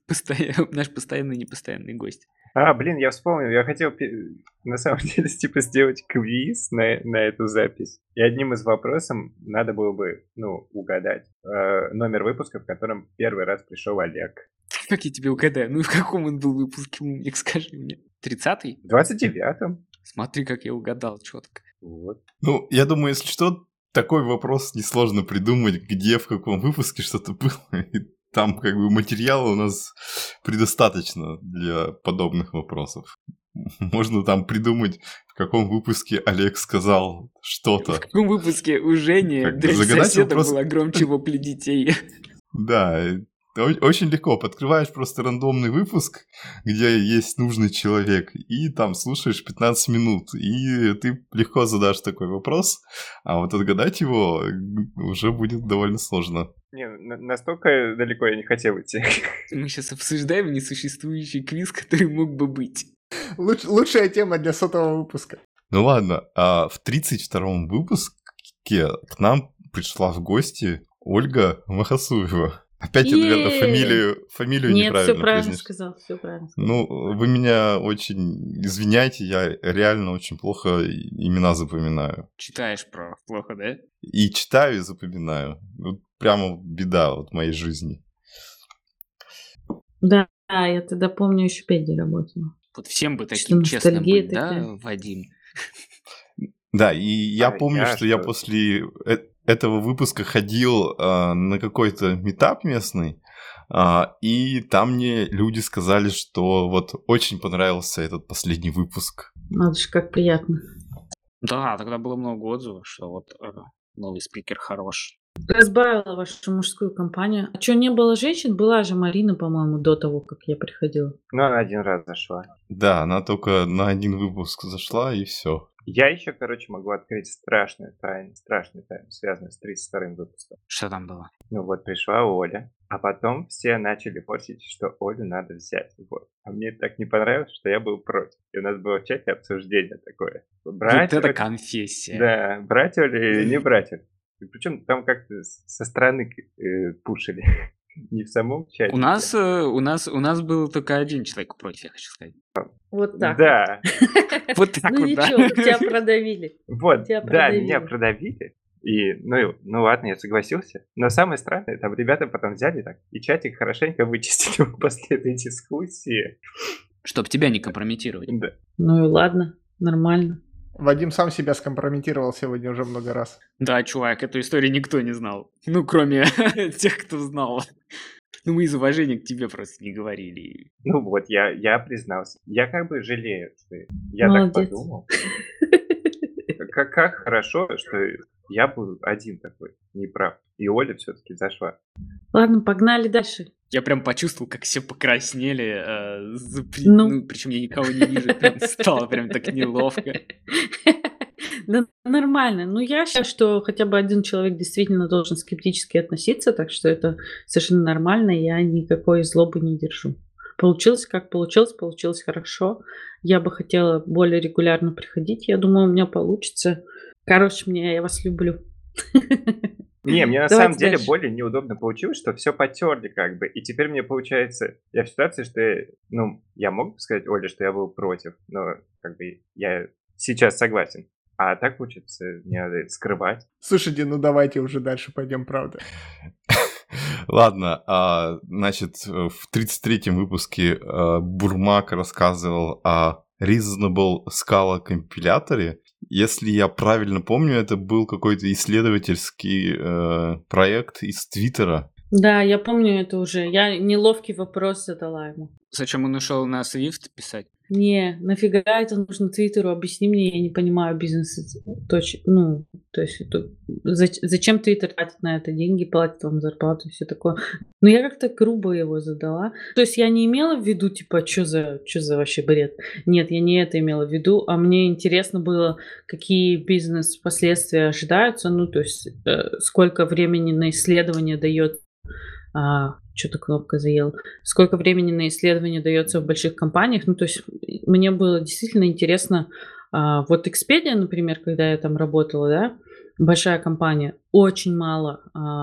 Наш постоянный и непостоянный гость. Я вспомнил. Я хотел, на самом деле, сделать квиз на эту запись. И одним из вопросов надо было бы, угадать номер выпуска, в котором первый раз пришел Олег. Как я тебе угадаю? В каком он был выпуске, умник, скажи мне. 30-й? В 29-м. Смотри, как я угадал четко. Вот. Я думаю, если что, такой вопрос несложно придумать, где, в каком выпуске что-то было. И там как бы материала у нас предостаточно для подобных вопросов. Можно там придумать, в каком выпуске Олег сказал что-то. В каком выпуске у Жени дверь соседа была громче вопли детей. Да, очень легко. Подкрываешь просто рандомный выпуск, где есть нужный человек, и там слушаешь 15 минут, и ты легко задашь такой вопрос, а вот отгадать его уже будет довольно сложно. Не, настолько далеко я не хотел идти. Мы сейчас обсуждаем несуществующий квиз, который мог бы быть. Лучшая тема для 100-го выпуска. Ладно, в 32-м выпуске к нам пришла в гости Ольга Махасуева. Опять я, наверное, фамилию Нет, неправильно все правильно произнес. сказал, все правильно сказал. Вы меня очень извиняйте, я реально очень плохо имена запоминаю. Читаешь плохо, да? И читаю, и запоминаю. Прямо беда моей жизни. Да, я тогда помню, еще Педи работала. Вот всем бы таким честным быть, да, Вадим? Да, и я помню, что я после этого выпуска ходил на какой-то митап местный, и там мне люди сказали, что очень понравился этот последний выпуск. Надо же, как приятно. Да, тогда было много отзывов, что новый спикер хорош. Разбавила вашу мужскую компанию. А что, не было женщин? Была же Марина, по-моему, до того, как я приходила. Она один раз зашла. Да, она только на один выпуск зашла, и все. Я еще, могу открыть страшную тайну, связанную с 32-м выпуском. Что там было? Пришла Оля, а потом все начали портить, что Олю надо взять. А мне так не понравилось, что я был против. И у нас было в чате обсуждение такое. Брать это конфессия. Да, брать Олю или не брать Олю. Причем там как-то со стороны пушили. Не в самом чате. У нас был только один человек против, я хочу сказать. Вот так. Да. Вот так ну ничего, тебя продавили. Меня продавили. И, ну ладно, я согласился. Но самое странное, там ребята потом взяли так и чатик хорошенько вычистили после этой дискуссии. Чтоб тебя не компрометировать. Да. Ну и ладно, нормально. Вадим сам себя скомпрометировал сегодня уже много раз. Да, чувак, эту историю никто не знал. Кроме тех, кто знал. Мы из уважения к тебе просто не говорили. Я признался. Я жалею, что я Молодец. так подумал. Как хорошо, что я был один такой, неправ. И Оля все-таки зашла. Ладно, погнали дальше. Я прям почувствовал, как все покраснели. Причем я никого не вижу. Прям стало прям так неловко. Да нормально. Я считаю, что хотя бы один человек действительно должен скептически относиться, так что это совершенно нормально, я никакой злобы не держу. Получилось как получилось, получилось хорошо. Я бы хотела более регулярно приходить. Я думаю, у меня получится. Короче, я вас люблю. Не, мне на самом Давайте деле дальше. более неудобно получилось, что все потерли как бы. И теперь мне получается, я в ситуации, что я мог бы сказать Оле, что я был против, но как бы я сейчас согласен. А так получается, мне надо это скрывать. Слушайте, ну давайте уже дальше пойдем, правда. Ладно, значит, в 33-м выпуске Бурмак рассказывал о Reasonable Scala компиляторе. Если я правильно помню, это был какой-то исследовательский проект из Твиттера. Да, я помню это уже. Я неловкий вопрос задала ему. Зачем он ушел на Swift писать? Не, нафига это нужно Твиттеру? Объясни мне, я не понимаю бизнес. То есть зачем Твиттер тратит на это деньги, платит вам зарплату и все такое. Но я как-то грубо его задала. То есть я не имела в виду, типа, что за вообще бред. Нет, я не это имела в виду, а мне интересно было, какие бизнес-последствия ожидаются, ну, то есть сколько времени на исследование дает. Что-то кнопка заела. Сколько времени на исследование дается в больших компаниях? Ну, то есть мне было действительно интересно. Вот Expedia, например, когда я там работала, да, большая компания, очень мало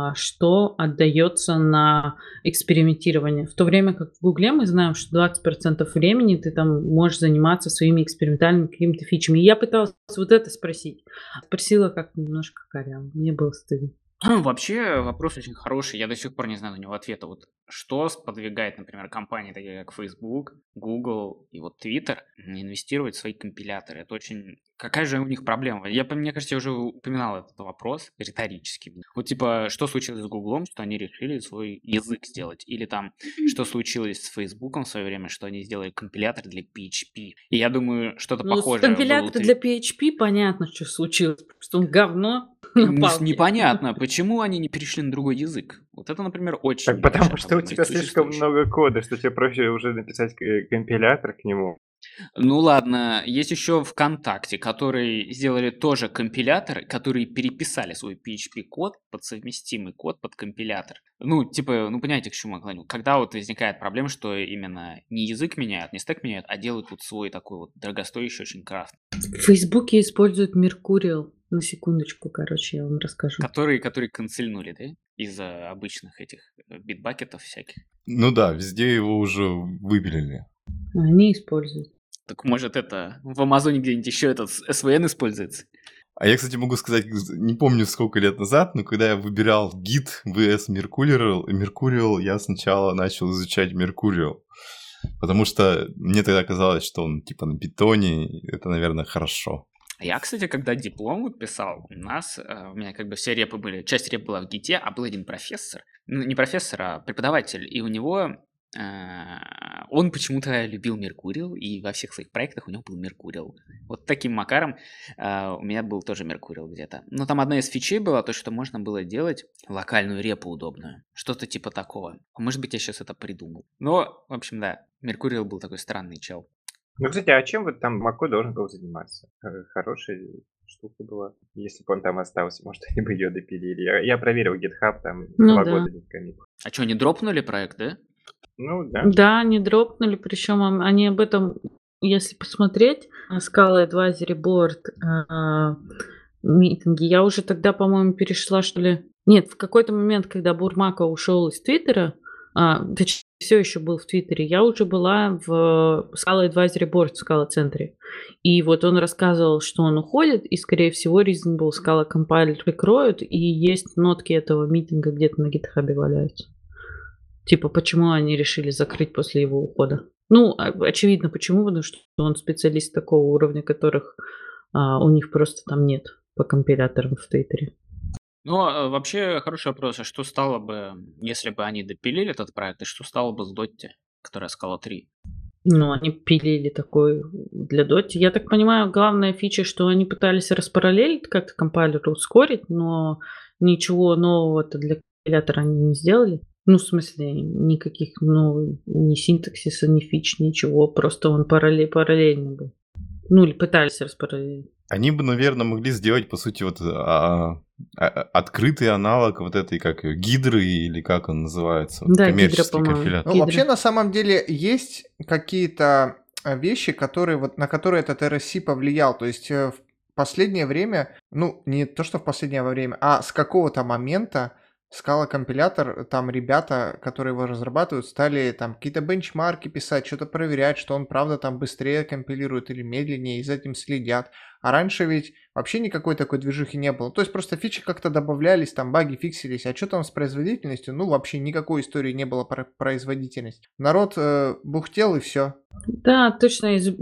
что отдается на экспериментирование. В то время как в Гугле мы знаем, что 20% времени ты там можешь заниматься своими экспериментальными какими-то фичами. И я пыталась вот это спросить. Спросила как немножко коряво. Мне было стыдно. Вообще вопрос очень хороший, я до сих пор не знаю на него ответа. Вот что сподвигает, например, компании, такие как Facebook, Google и вот Twitter, инвестировать в свои компиляторы? Это очень... Какая же у них проблема? Мне кажется, я уже упоминал этот вопрос риторически. Вот типа, что случилось с Гуглом, что они решили свой язык сделать? Или там, что случилось с Фейсбуком в свое время, что они сделали компилятор для PHP? И я думаю, что-то Ну, с похожее было у компилятора для PHP понятно, что случилось, потому что он говно на палке. Непонятно, почему они не перешли на другой язык. Вот это, например, очень Так потому большая что у проблема тебя слишком существующая. много кода, что тебе проще уже написать компилятор к нему. Ну ладно, есть еще ВКонтакте, которые сделали тоже компиляторы, которые переписали свой PHP-код под совместимый код под компилятор. Ну, типа, ну понимаете, к чему я клоню. Когда вот возникает проблема, что именно не язык меняют, не стек меняют, а делают вот свой такой вот дорогостоящий очень крафт. В Фейсбуке используют Mercurial. На секундочку, короче, я вам расскажу. Которые канцельнули, да? Из-за обычных этих битбакетов всяких. Ну да, везде его уже выпилили. Они используют. Так может это в Амазоне где-нибудь еще этот SVN используется? А я, кстати, могу сказать, не помню сколько лет назад, но когда я выбирал Git vs Mercurial, я сначала начал изучать Mercurial. Потому что мне тогда казалось, что он типа на питоне, и это, наверное, хорошо. Я, кстати, когда диплом вот писал, у меня как бы все репы были, часть реп была в Гите, а был один профессор, ну не профессор, а преподаватель, и у него, он почему-то любил Mercurial, и во всех своих проектах у него был Mercurial. Вот таким макаром у меня был тоже Mercurial где-то. Но там одна из фичей была, то, что можно было делать локальную репу удобную, что-то типа такого. Может быть, я сейчас это придумал. Но, в общем, да, Mercurial был такой странный чел. Ну, кстати, а чем вот там Мако должен был заниматься? Хорошая штука была. Если бы он там остался, может, они бы ее допилили. Я проверил GitHub, там 2 года не коммит. А что, они дропнули проект, да? Ну, да. Да, они дропнули, причем они об этом, если посмотреть, Scala Advisory Board митинги, я уже тогда, по-моему, перешла, что ли... Нет, в какой-то момент, когда Бурмака ушел из Твиттера, точнее, все еще был в Твиттере, я уже была в Scala Advisory Board в Scala центре. И вот он рассказывал, что он уходит, и, скорее всего, Reasonable Scala Compiler прикроют, и есть нотки этого митинга где-то на GitHub валяются. Типа, почему они решили закрыть после его ухода? Ну, очевидно, почему, потому что он специалист такого уровня, которых у них просто там нет по компиляторам в Твиттере. Ну, вообще, хороший вопрос. А что стало бы, если бы они допилили этот проект, и что стало бы с Дотти, которая Scala 3? Ну, они пилили такой для Дотти. Я так понимаю, главная фича, что они пытались распараллелить, как-то компайлер ускорить, но ничего нового-то для компилятора они не сделали. Ну, в смысле, никаких, ни синтаксиса, ни фич, ничего. Просто он параллельно был. Ну, или пытались распределить. Они бы, наверное, могли сделать, по сути, вот открытый аналог вот этой, как её, гидры, или как он называется, вот, Да, гидра, коммерческий по-моему. компилятор. Ну, вообще, Гидра. на самом деле, есть какие-то вещи, которые вот на которые этот RSC повлиял. То есть в последнее время, ну, не то, что в последнее время, а с какого-то момента Scala компилятор, там ребята, которые его разрабатывают, стали там какие-то бенчмарки писать, что-то проверять, что он правда там быстрее компилирует или медленнее, и за этим следят. А раньше ведь вообще никакой такой движухи не было. То есть просто фичи как-то добавлялись, там баги фиксились. А что там с производительностью? Ну, вообще никакой истории не было про производительность. Народ бухтел и все. Да, точно, из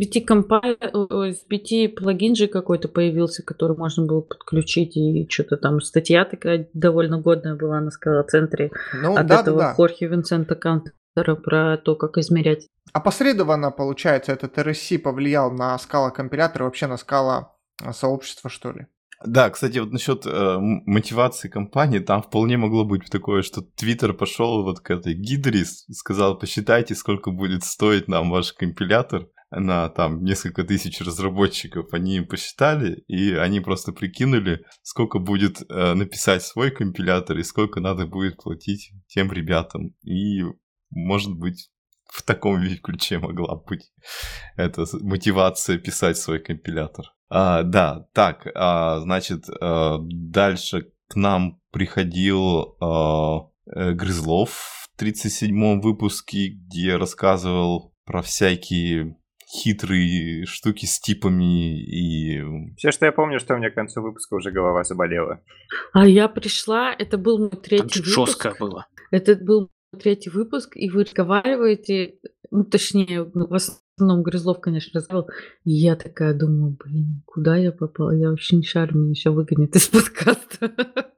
из BT плагин же какой-то появился, который можно было подключить, и что-то там статья такая довольно годная была на Scala-центре Ну, от этого да-да-да. Хорхе Винсента Кантера про то, как измерять. Опосредованно, получается, этот RSC повлиял на Scala компилятор, вообще на Scala сообщество, что ли? Да, кстати, вот насчет мотивации компании, там вполне могло быть такое, что Twitter пошел вот к этой гидре и сказал: посчитайте, сколько будет стоить нам ваш компилятор на там несколько тысяч разработчиков. Они им посчитали, и они просто прикинули, сколько будет написать свой компилятор и сколько надо будет платить тем ребятам. И, может быть, в таком ключе могла быть эта мотивация писать свой компилятор. Да, так, значит, дальше к нам приходил Грызлов в 37-м выпуске, где рассказывал про всякие хитрые штуки с типами и... Все, что я помню, что у меня к концу выпуска уже голова заболела. А я пришла, это был мой Там третий жестко выпуск. было. Это был третий выпуск, и вы разговариваете, ну, точнее, в основном Грызлов, конечно, разговаривал. И я такая думаю, блин, куда я попала? Я вообще не шарю, меня сейчас выгонят из подкаста.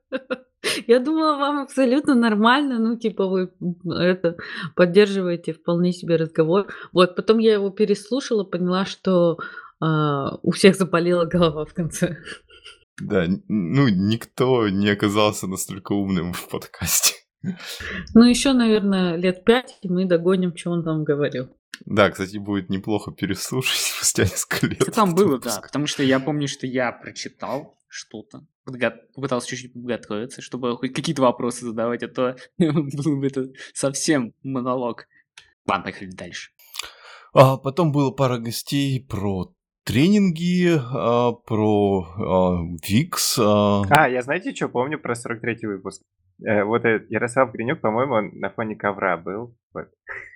Я думала, вам абсолютно нормально, ну, типа, вы это поддерживаете вполне себе разговор. Вот, потом я его переслушала, поняла, что у всех заболела голова в конце. Да, ну, никто не оказался настолько умным в подкасте. Ну, еще, наверное, лет 5, и мы догоним, что он там говорил. Да, кстати, будет неплохо переслушать спустя несколько лет. Что там этот было, выпуск. да. Потому что я помню, что я прочитал что-то, попытался чуть-чуть подготовиться, чтобы хоть какие-то вопросы задавать, а то был бы это совсем монолог. Ладно, поехали дальше. Потом было пара гостей про тренинги, про Викс. Я знаете, что помню про 43-й выпуск? Вот Ярослав Гринюк, по-моему, он на фоне ковра был. Вот.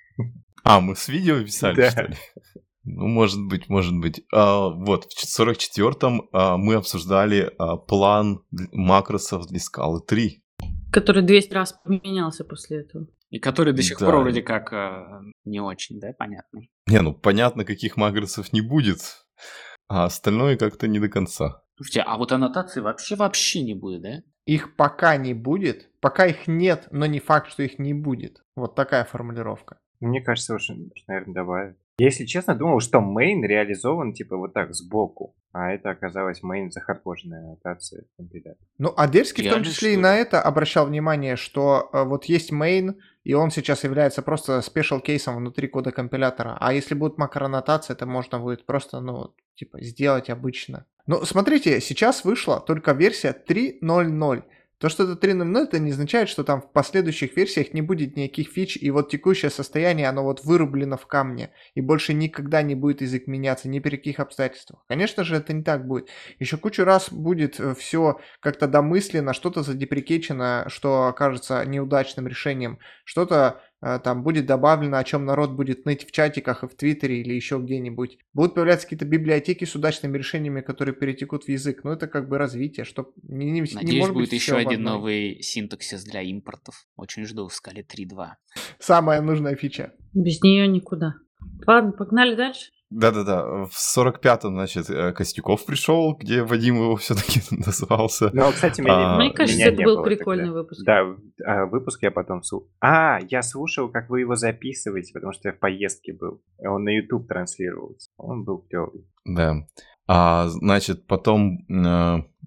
Мы с видео писали, Да. что ли? Ну, может быть. Вот, в 44-м мы обсуждали план макросов для Scala 3. Который 200 раз поменялся после этого. И который до сих Да. пор вроде как не очень, да, понятный. Не, ну, понятно, каких макросов не будет, а остальное как-то не до конца. Слушайте, а вот аннотации вообще не будет, да? Их пока не будет, пока их нет, но не факт, что их не будет. Вот такая формулировка. Мне кажется, уж, наверное, добавят. Я, если честно, думал, что мейн реализован типа вот так сбоку, а это оказалось мейн захардкоженная аннотация компилятора. Ну, а Дерзкий в том Реально, числе и что на ли? это обращал внимание, что вот есть main, и он сейчас является просто спешл кейсом внутри кода компилятора. А если будет макроаннотация, это можно будет просто, ну, типа, сделать обычно. Ну, смотрите, сейчас вышла только версия 3.0.0. То, что это 3.0.0, это не означает, что там в последующих версиях не будет никаких фич, и вот текущее состояние, оно вот вырублено в камне, и больше никогда не будет язык меняться ни при каких обстоятельствах. Конечно же, это не так будет. Еще кучу раз будет все как-то домысленно, что-то задеприкечено, что окажется неудачным решением, что-то там будет добавлено, о чем народ будет ныть в чатиках и в Твиттере или еще где-нибудь. Будут появляться какие-то библиотеки с удачными решениями, которые перетекут в язык. Ну, это как бы развитие, что не Надеюсь, может будет быть еще всё в один одной. новый синтаксис для импортов. Очень жду в скале 3.2. Самая нужная фича. Без нее никуда. Ладно, погнали дальше. Да-да-да, в 45-м, значит, Костюков пришел, где Вадим его все-таки назвался. Ну, кстати, меня Мне кажется, меня это не был было прикольный тогда. выпуск. Да, выпуск я потом слушал. Я слушал, как вы его записываете, потому что я в поездке был. Он на YouTube транслировался. Он был клевый. Да. Значит, потом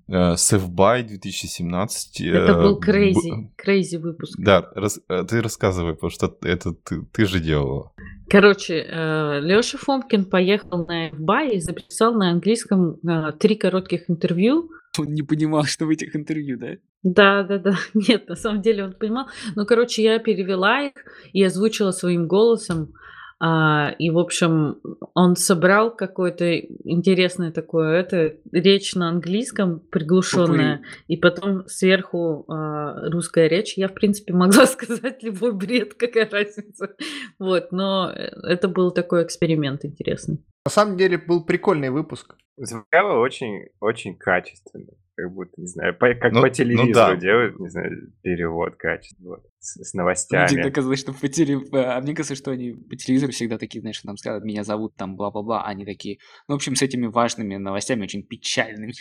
Saveby 2017. Это был crazy выпуск. Да, ты рассказывай, потому что это ты же делала. Короче, Лёша Фомкин поехал на FBAI и записал на английском 3 коротких интервью. Он не понимал, что в этих интервью, да? Да. Нет, на самом деле он понимал. Ну, короче, я перевела их и озвучила своим голосом. И, в общем, он собрал какое-то интересное такое, речь на английском приглушенная, и потом сверху русская речь. Я, в принципе, могла сказать любой бред, какая разница. Вот, но это был такой эксперимент интересный. На самом деле был прикольный выпуск. Звучало очень, очень качественно. Как будто, не знаю, как Ну, по телевизору да. делают, не знаю, перевод качественный, вот, с Мне новостями. казалось, что мне кажется, что они по телевизору всегда такие, знаешь, там сказали, меня зовут там бла-бла-бла, они такие, ну, в общем, с этими важными новостями, очень печальными.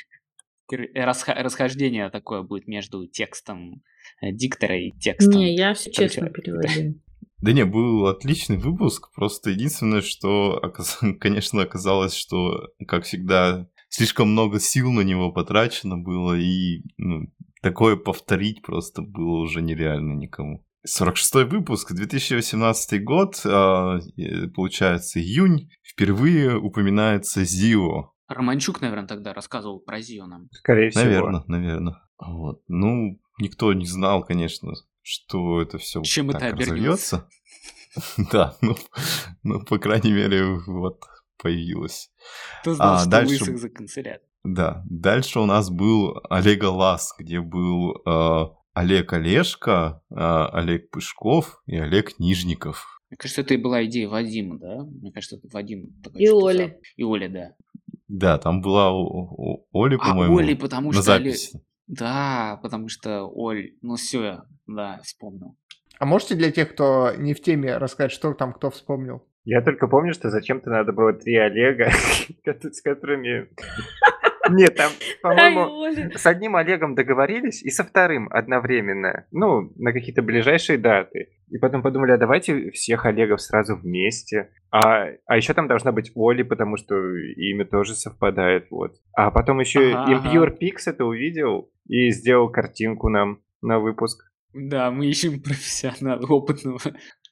Расхождение такое будет между текстом диктора и текстом. Не, я все честно переводила. Да не, был отличный выпуск, просто единственное, что, конечно, оказалось, что, как всегда, слишком много сил на него потрачено было, и такое повторить просто было уже нереально никому. 46-й выпуск, 2018 год, получается, июнь, впервые упоминается Зио. Романчук, наверное, тогда рассказывал про Зио нам. Скорее всего. Наверное. Вот. Ну, никто не знал, конечно, что это все Чем так это разовьется. Да, ну, по крайней мере, вот появилось. Кто знал, что дальше- лысых заканцелят? Да, дальше у нас был Олега Лас, где был Олег Олешко, Олег Пышков и Олег Нижников. Мне кажется, это и была идея Вадима, да? Мне кажется, это Вадим такой И что-то Оли. сам. И Оля, да. Да, там была Оля, по-моему, Оли, потому на что... записи. Да, потому что Оль... Ну все, да, вспомнил. А можете для тех, кто не в теме, рассказать, что там кто вспомнил? Я только помню, что зачем-то надо было 3 Олега, с которыми... Нет, там, по-моему, Оля. с одним Олегом договорились и со вторым одновременно. Ну, на какие-то ближайшие даты. И потом подумали, а давайте всех Олегов сразу вместе. А еще там должна быть Оли, потому что имя тоже совпадает, вот. А потом еще Ага, Impure Pix это увидел и сделал картинку нам на выпуск. Да, мы ищем профессионала, опытного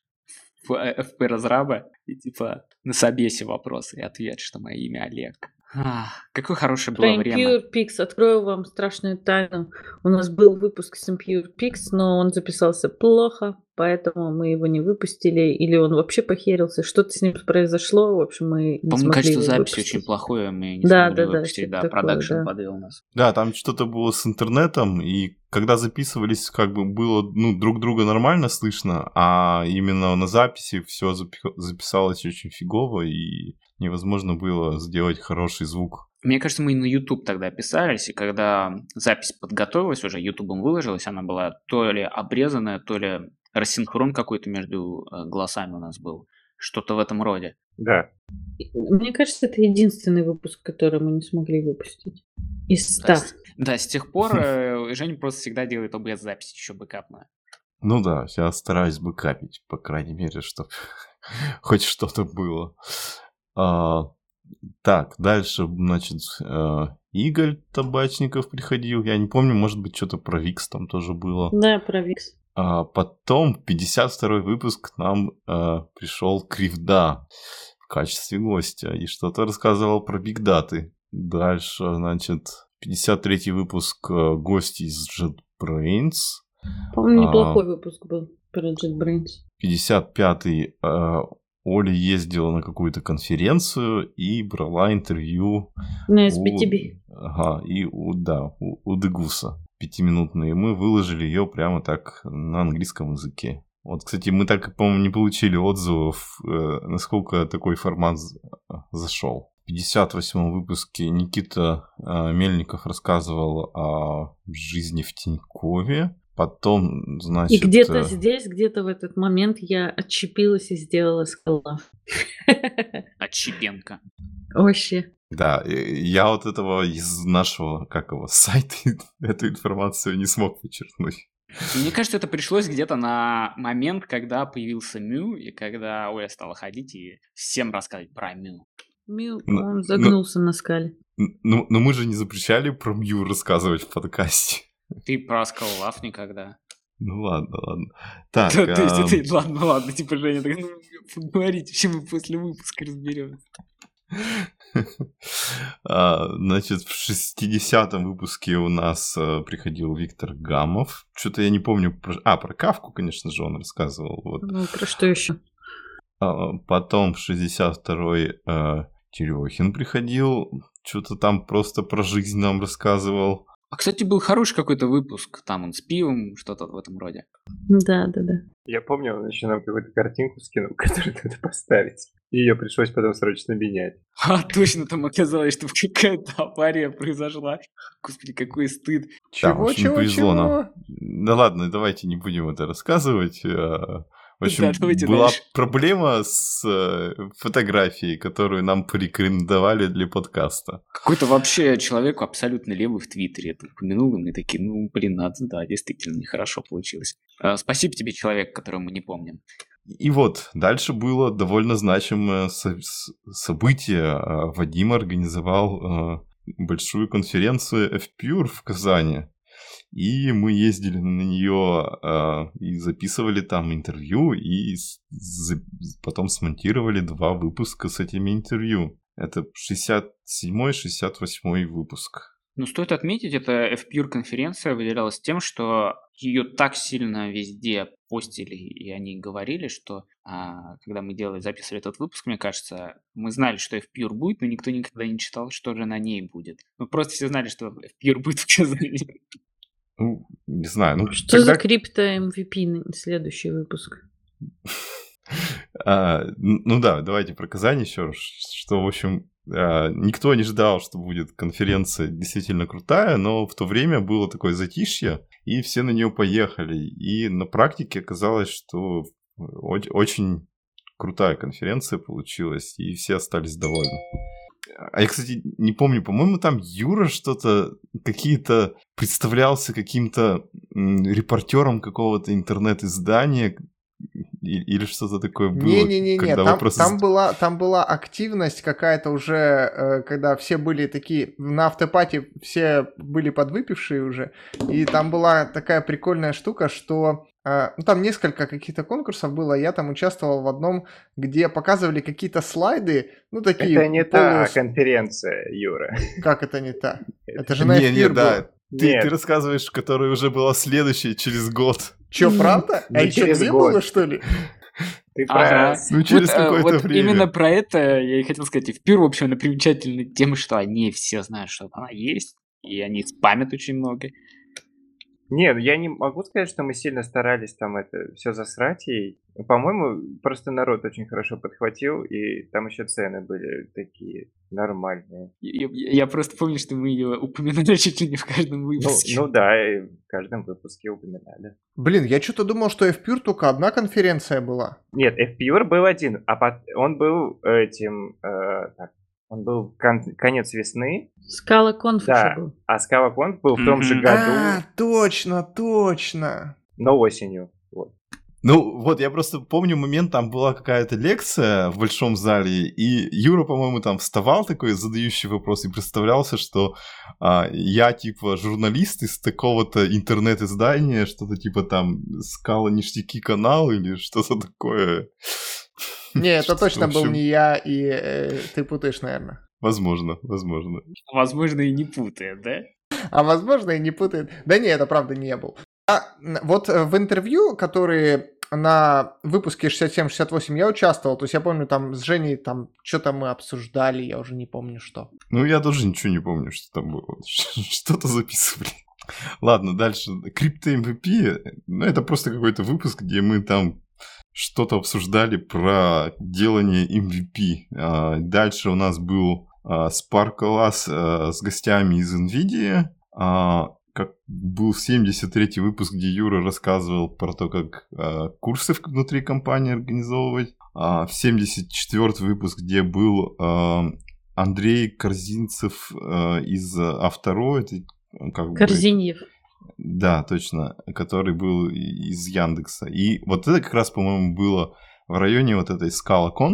FP-разраба. И типа на собесе вопросы и ответ, что мое имя Олег. Какое хорошее было Про время. Impure Pix. Открою вам страшную тайну. У нас был выпуск с Impure Pix, но он записался плохо, поэтому мы его не выпустили. Или он вообще похерился. Что-то с ним произошло. В общем, мы не По-моему, смогли качество его записи выпустить. очень плохое, мы не Да, смогли да, да, выпустить. что-то Да, такое, продакшн да. подвел нас. Да, там что-то было с интернетом, и когда записывались, как бы было друг друга нормально слышно, а именно на записи все записалось очень фигово, и невозможно было сделать хороший звук. Мне кажется, мы и на YouTube тогда писались, и когда запись подготовилась уже, YouTube'ом выложилась, она была то ли обрезанная, то ли рассинхрон какой-то между голосами у нас был. Что-то в этом роде. Да. Мне кажется, это единственный выпуск, который мы не смогли выпустить. Из 100. Да, с тех пор Женя просто всегда делает OBS-запись еще бэкапную. Ну да, я стараюсь бэкапить, по крайней мере, чтобы хоть что-то было. Так, дальше, значит, Игорь Табачников приходил. Я не помню, может быть, что-то про Викс там тоже было. Да, про Викс. Потом, 52-й выпуск, к нам пришел Кривда в качестве гостя и что-то рассказывал про бигдаты. Дальше, значит, 53-й выпуск гости из JetBrains. По-моему, неплохой выпуск был про JetBrains. 55-й Оля ездила на какую-то конференцию и брала интервью На SBTB. у Дегуса. 5-минутные. Мы выложили ее прямо так на английском языке. Вот, кстати, мы так, по-моему, не получили отзывов, насколько такой формат зашел. В 58-м выпуске Никита Мельников рассказывал о жизни в Тинькове. Потом, значит... И где-то здесь, где-то в этот момент я отщепилась и сделала скаллав. Отщепенко. Вообще. Да, я вот этого из нашего, сайта эту информацию не смог подчеркнуть. И мне кажется, это пришлось где-то на момент, когда появился Мю, и когда Оля стала ходить и всем рассказывать про Мю. Мю, он загнулся на скале. Ну, мы же не запрещали про Мью рассказывать в подкасте. Ты про Скалолав никогда. Ну ладно. Так, То есть это ладно, типа Женя, так, ну, поговорите, чем мы после выпуска разберемся. Значит, в 60-м выпуске у нас приходил Виктор Гамов. Что-то я не помню. Про Кафку, конечно же, он рассказывал. Вот. Ну, про что еще? Потом в 62-й Терехин приходил. Что-то там просто про жизнь нам рассказывал. А, кстати, был хороший какой-то выпуск, там он с пивом, что-то в этом роде. Да. Я помню, он еще нам какую-то картинку скинул, которую надо поставить. И ее пришлось потом срочно менять. А, точно, там оказалось, что какая-то авария произошла. Господи, какой стыд. Очень повезло нам. Да ладно, давайте не будем это рассказывать. В общем, была дальше. проблема с фотографией, которую нам порекомендовали для подкаста. Какой-то вообще человек абсолютно левый в Твиттере это упомянул, и мы такие, да, действительно, нехорошо получилось. Спасибо тебе, человек, которого мы не помним. И вот, дальше было довольно значимое событие. Вадим организовал большую конференцию FPUR в Казани. И мы ездили на нее и записывали там интервью, и потом смонтировали 2 выпуска с этими интервью. Это 67-й, 68-й выпуск. Ну, стоит отметить, эта FPUR конференция выделялась тем, что ее так сильно везде постили, и они говорили, что когда мы записывали этот выпуск, мне кажется, мы знали, что FPUR будет, но никто никогда не читал, что же на ней будет. Ну, просто все знали, что FPUR будет в Казани. Ну, не знаю. Что за крипто MVP следующий выпуск? Ну да, давайте про Казань еще, что, в общем, никто не ждал, что будет конференция действительно крутая, но в то время было такое затишье, и все на нее поехали. И на практике оказалось, что очень крутая конференция получилась, и все остались довольны. А я, кстати, не помню, по-моему, там Юра представлялся каким-то репортером какого-то интернет-издания или что-то такое было. Не-не-не, там была активность какая-то уже, когда все были такие, на автопате все были подвыпившие уже, и там была такая прикольная штука, что там несколько каких-то конкурсов было, я там участвовал в одном, где показывали какие-то слайды, такие... Это не та конференция, Юра. Как это не та? Это же на эфир был. Ты рассказываешь, которая уже была следующая через год. Чё, правда? А через не год было, что ли? Ты про... через какое-то время. Именно про это я и хотел сказать. FPUR, в общем, она примечательна тем, что они все знают, что она есть, и они спамят очень много. Нет, я не могу сказать, что мы сильно старались там это все засрать ей. По-моему, просто народ очень хорошо подхватил, и там еще цены были такие нормальные. Я просто помню, что мы ее упоминали чуть ли не в каждом выпуске. Ну да, и в каждом выпуске упоминали. Блин, я что-то думал, что FPUR только одна конференция была. Нет, FPUR был один, а он был он был конец весны. ScalaConf Да, еще был. а ScalaConf был в том же году. Точно. Но осенью. Вот. Ну, вот, я просто помню момент, там была какая-то лекция в большом зале, и Юра, по-моему, там вставал такой, задающий вопрос, и представлялся, что я, типа, журналист из такого-то интернет-издания, что-то типа там «Скала ништяки канал» или что-то такое. Не, это точно был не я, и ты путаешь, наверное. Возможно. Возможно, и не путает, да? А возможно, и не путает. Да не, это правда не я был. Вот в интервью, которые на выпуске 67-68 я участвовал, то есть я помню, там с Женей там что-то мы обсуждали, я уже не помню что. Ну, я тоже ничего не помню, что там было. Что-то записывали. Ладно, дальше. Крипто MVP, это просто какой-то выпуск, где мы там что-то обсуждали про делание MVP. Дальше у нас был Sparkless с гостями из NVIDIA. Как был 73-й выпуск, где Юра рассказывал про то, как курсы внутри компании организовывать. В 74-й выпуск, где был Андрей Корзинцев из Авторо. Это как Корзиньев. Да, точно, который был из Яндекса. И вот это как раз, по-моему, было в районе вот этой ScalaConf.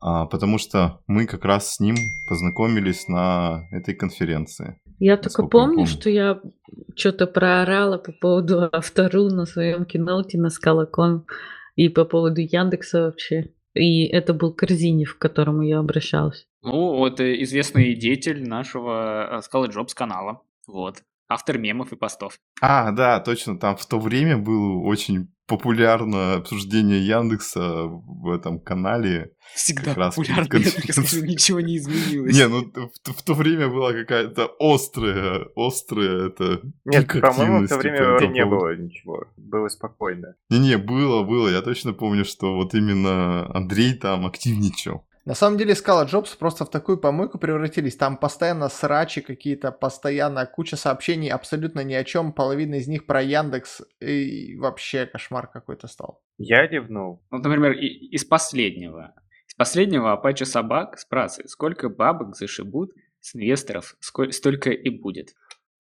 потому что мы как раз с ним познакомились на этой конференции. Я только Насколько я помню, помню. что я что-то проорала по поводу Автору на своем киноуте на Scala.com и по поводу Яндекса вообще. И это был Корзинев, к которому я обращалась. Ну, это известный деятель нашего Scala Jobs канала. Вот. Автор мемов и постов. Да, точно, там в то время было очень популярное обсуждение Яндекса в этом канале. Всегда Как раз перед популярно, я так конференцией. скажу, ничего не изменилось. Не, ну в то время была какая-то острая это Нет, пик по-моему, в то активности по время этому вообще не поводу. было ничего. Было спокойно. Не, было. Я точно помню, что вот именно Андрей там активничал. На самом деле Scala Jobs просто в такую помойку превратились. Там постоянно срачи какие-то, постоянно куча сообщений абсолютно ни о чем. Половина из них про Яндекс. И вообще кошмар какой-то стал. Я ревнул. Вот, например, из последнего. Из последнего Apache Собак спрашивает, сколько бабок зашибут с инвесторов, столько и будет.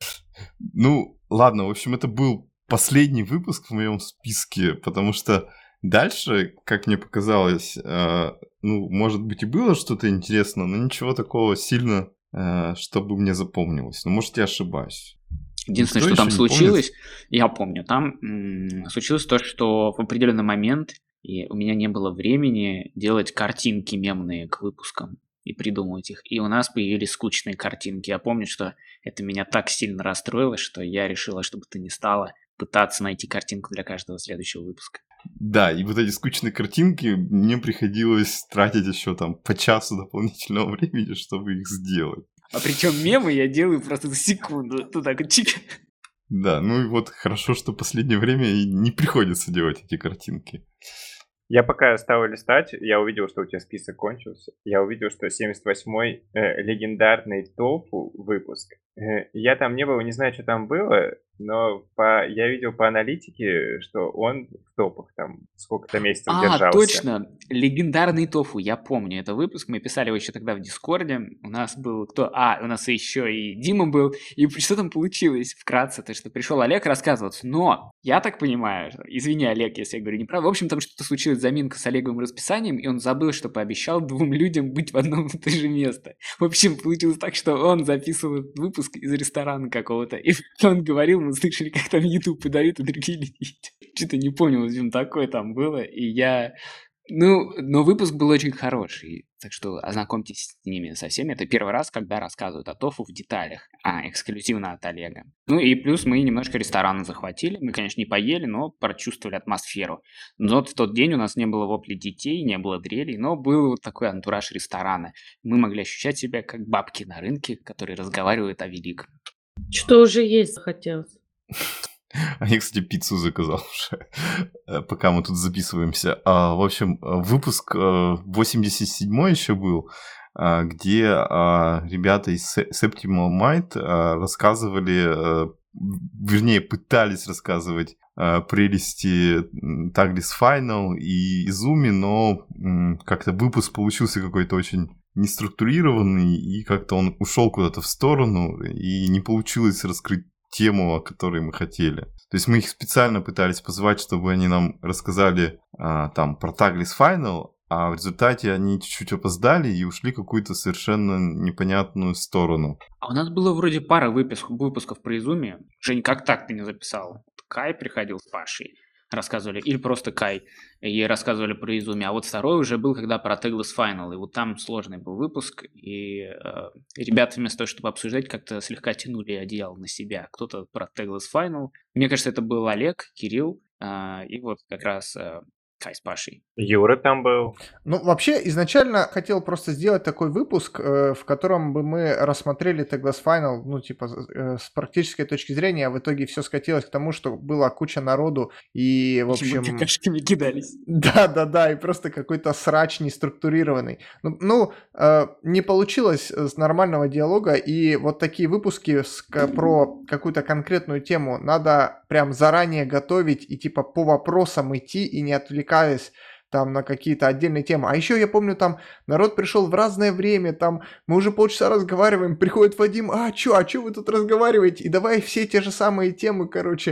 Ну, ладно, в общем, это был последний выпуск в моем списке, потому что дальше, как мне показалось, может быть и было что-то интересное, но ничего такого сильно, чтобы мне запомнилось. Но может я ошибаюсь. Единственное, Никто что там еще не помнит? случилось, я помню, там случилось то, что в определенный момент и у меня не было времени делать картинки мемные к выпускам и придумывать их. И у нас появились скучные картинки. Я помню, что это меня так сильно расстроило, что я решила, чтобы ты не стала пытаться найти картинку для каждого следующего выпуска. Да, и вот эти скучные картинки мне приходилось тратить еще там по часу дополнительного времени, чтобы их сделать. А причем мемы я делаю просто за секунду. Тут так чик. Да, ну и вот хорошо, что в последнее время и не приходится делать эти картинки. Я пока стал листать, я увидел, что у тебя список кончился. Я увидел, что 78-й легендарный тофу выпуск. Я там не был, не знаю, что там было, но я видел по аналитике, что он в топах там сколько-то месяцев держался. Точно! Легендарный тофу, я помню. Это выпуск, мы писали его еще тогда в Дискорде. У нас был кто? У нас еще и Дима был. И что там получилось? Вкратце, то что пришел Олег рассказывать. Но, я так понимаю, извини, Олег, если я говорю неправильно. В общем, там что-то случилось, заминка с Олеговым расписанием, и он забыл, что пообещал 2 людям быть в одном и то же место. В общем, получилось так, что он записывал выпуск из ресторана какого-то, и он говорил, мы слышали, как там YouTube подают, и другие люди видят. Что-то не понял, в общем, такое там было, и я... но выпуск был очень хороший, так что ознакомьтесь с ними со всеми. Это первый раз, когда рассказывают о тофу в деталях, эксклюзивно от Олега. Ну и плюс мы немножко ресторана захватили. Мы, конечно, не поели, но прочувствовали атмосферу. Но в тот день у нас не было воплей детей, не было дрелей, но был вот такой антураж ресторана. Мы могли ощущать себя как бабки на рынке, которые разговаривают о великом. Что уже есть захотелось. А я, кстати, пиццу заказал уже, пока мы тут записываемся. В общем, выпуск 87-й еще был, где ребята из Septimal Mind рассказывали, вернее, пытались рассказывать прелести Tagless Final и Izumi, но как-то выпуск получился какой-то очень неструктурированный, и как-то он ушел куда-то в сторону, и не получилось раскрыть тему, о которой мы хотели. То есть мы их специально пытались позвать, чтобы они нам рассказали там про Tagless Final, а в результате они чуть-чуть опоздали и ушли в какую-то совершенно непонятную сторону. А у нас было вроде пара выпусков про Изуми. Жень, как так ты не записал? Кай приходил с Пашей, рассказывали, или просто Кай, и рассказывали про Изуми. А вот второй уже был, когда про Tagless Final, и вот там сложный был выпуск, и ребята вместо того, чтобы обсуждать, как-то слегка тянули одеяло на себя. Кто-то про Tagless Final. Мне кажется, это был Олег, Кирилл, и вот как раз Кай с Пашей. Юра там был. Ну, вообще, изначально хотел просто сделать такой выпуск, в котором бы мы рассмотрели Tagless Final, с практической точки зрения, а в итоге все скатилось к тому, что была куча народу, и, в общем... Мы какашками кидались. Да, и просто какой-то срач неструктурированный. Не получилось с нормального диалога, и вот такие выпуски про какую-то конкретную тему надо прям заранее готовить и типа по вопросам идти и не отвлекаясь там на какие-то отдельные темы. А еще я помню, там народ пришел в разное время, там мы уже полчаса разговариваем, приходит Вадим, а чё вы тут разговариваете? И давай все те же самые темы,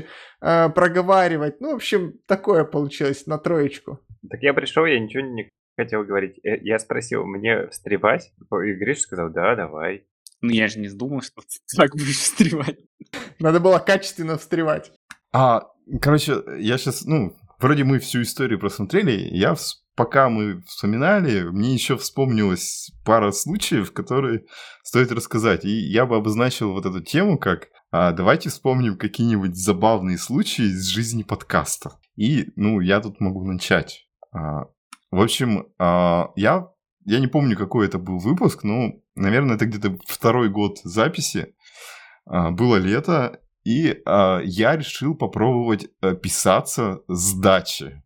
проговаривать. Ну, в общем, такое получилось на троечку. Так я пришел, я ничего хотел говорить. Я спросил, мне встревать? И Гриша сказал, да, давай. Ну, я же не думал, что ты так будешь встревать. Надо было качественно встревать. Короче, я сейчас, вроде мы всю историю просмотрели, пока мы вспоминали, мне еще вспомнилась пара случаев, которые стоит рассказать. И я бы обозначил вот эту тему как давайте вспомним какие-нибудь забавные случаи из жизни подкаста. И, я тут могу начать. В общем, я не помню, какой это был выпуск, но, наверное, это где-то 2-й год записи. Было лето, и я решил попробовать писаться с дачи.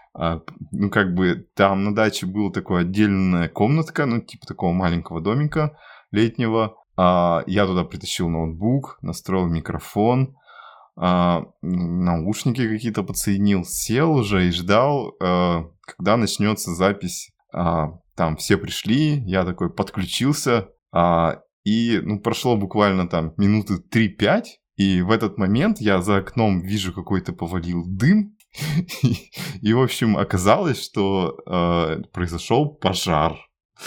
Там на даче была такая отдельная комнатка, типа такого маленького домика летнего. Я туда притащил ноутбук, настроил микрофон, наушники какие-то подсоединил, сел уже и ждал, когда начнется запись. Там все пришли, я такой подключился, и прошло буквально там минуты 3-5, и в этот момент я за окном вижу какой-то повалил дым, и в общем, оказалось, что произошел пожар.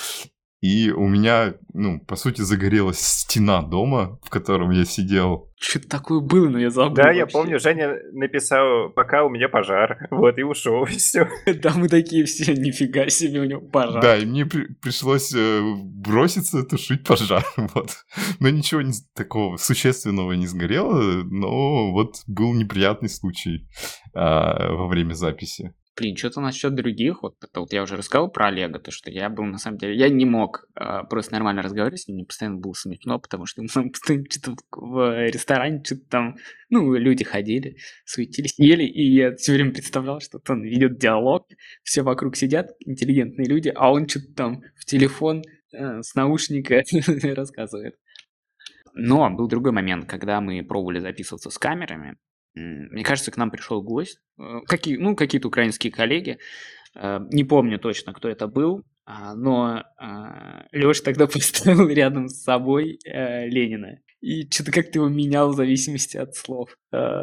И у меня, по сути, загорелась стена дома, в котором я сидел. Что-то такое было, но я забыл. Да, я помню, Женя написал, пока у меня пожар, и ушел, и все. Да, мы такие все, нифига себе, у него пожар. Да, и мне пришлось броситься тушить пожар, Но ничего такого существенного не сгорело, но был неприятный случай во время записи. Блин, что-то насчет других, это я уже рассказал про Олега, то что я был, на самом деле, я не мог просто нормально разговаривать с ним, мне постоянно было смешно, потому что мы постоянно что-то в ресторане, что-то там, люди ходили, суетились, ели, и я все время представлял, что он ведет диалог, все вокруг сидят, интеллигентные люди, а он что-то там в телефон с наушника рассказывает. Но был другой момент, когда мы пробовали записываться с камерами. Мне кажется, к нам пришел гость, какие-то украинские коллеги, не помню точно, кто это был, но Лёша тогда поставил рядом с собой Ленина, и что-то как-то его менял в зависимости от слов.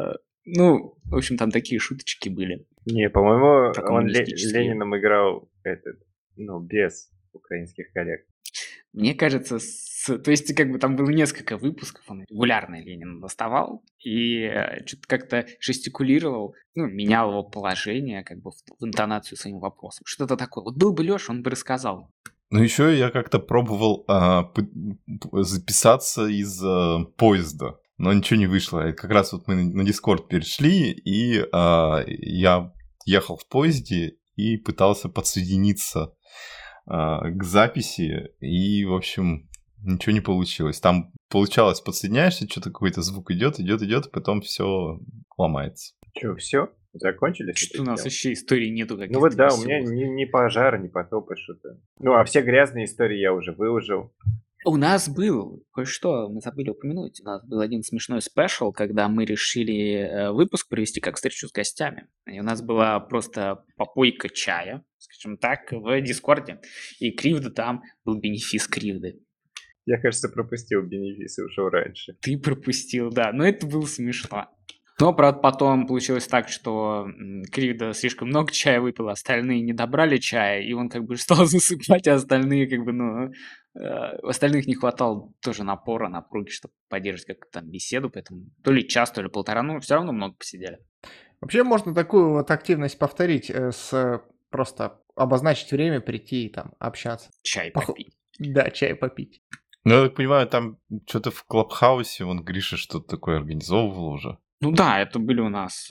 В общем, там такие шуточки были. Не, по-моему, он Лениным играл без украинских коллег. Мне кажется, то есть там было несколько выпусков, он регулярно Ленина доставал и что-то как-то жестикулировал, менял его положение в интонацию своим вопросом. Что-то такое. Был бы Лёша, он бы рассказал. Еще я как-то пробовал записаться из поезда, но ничего не вышло. Как раз мы на Discord перешли, и я ехал в поезде и пытался подсоединиться к записи, и, в общем, ничего не получилось. Там получалось, подсоединяешься, что-то какой-то звук идет, потом все ломается. Что, все? Закончились? Что у нас еще историй нету каких-то. У меня ни пожара, ни потопа, что-то. А все грязные истории я уже выложил. У нас был кое-что, мы забыли упомянуть. У нас был один смешной спешл, когда мы решили выпуск провести как встречу с гостями. И у нас была просто попойка чая, скажем так, в Дискорде. И Кривда там был бенефис Кривды. Я, кажется, пропустил бенефис и ушел раньше. Ты пропустил, да, но это было смешно. Но, правда, потом получилось так, что Кривда слишком много чая выпил, остальные не добрали чая, и он стал засыпать, а остальные остальных не хватало тоже напора, напруги, чтобы поддерживать как-то там беседу, поэтому то ли час, то ли полтора, но все равно много посидели. Вообще можно такую активность повторить, просто обозначить время, прийти и там общаться. Чай попить. Да, чай попить. Я так понимаю, там что-то в Клабхаусе, Гриша что-то такое организовывал уже. Да, это были у нас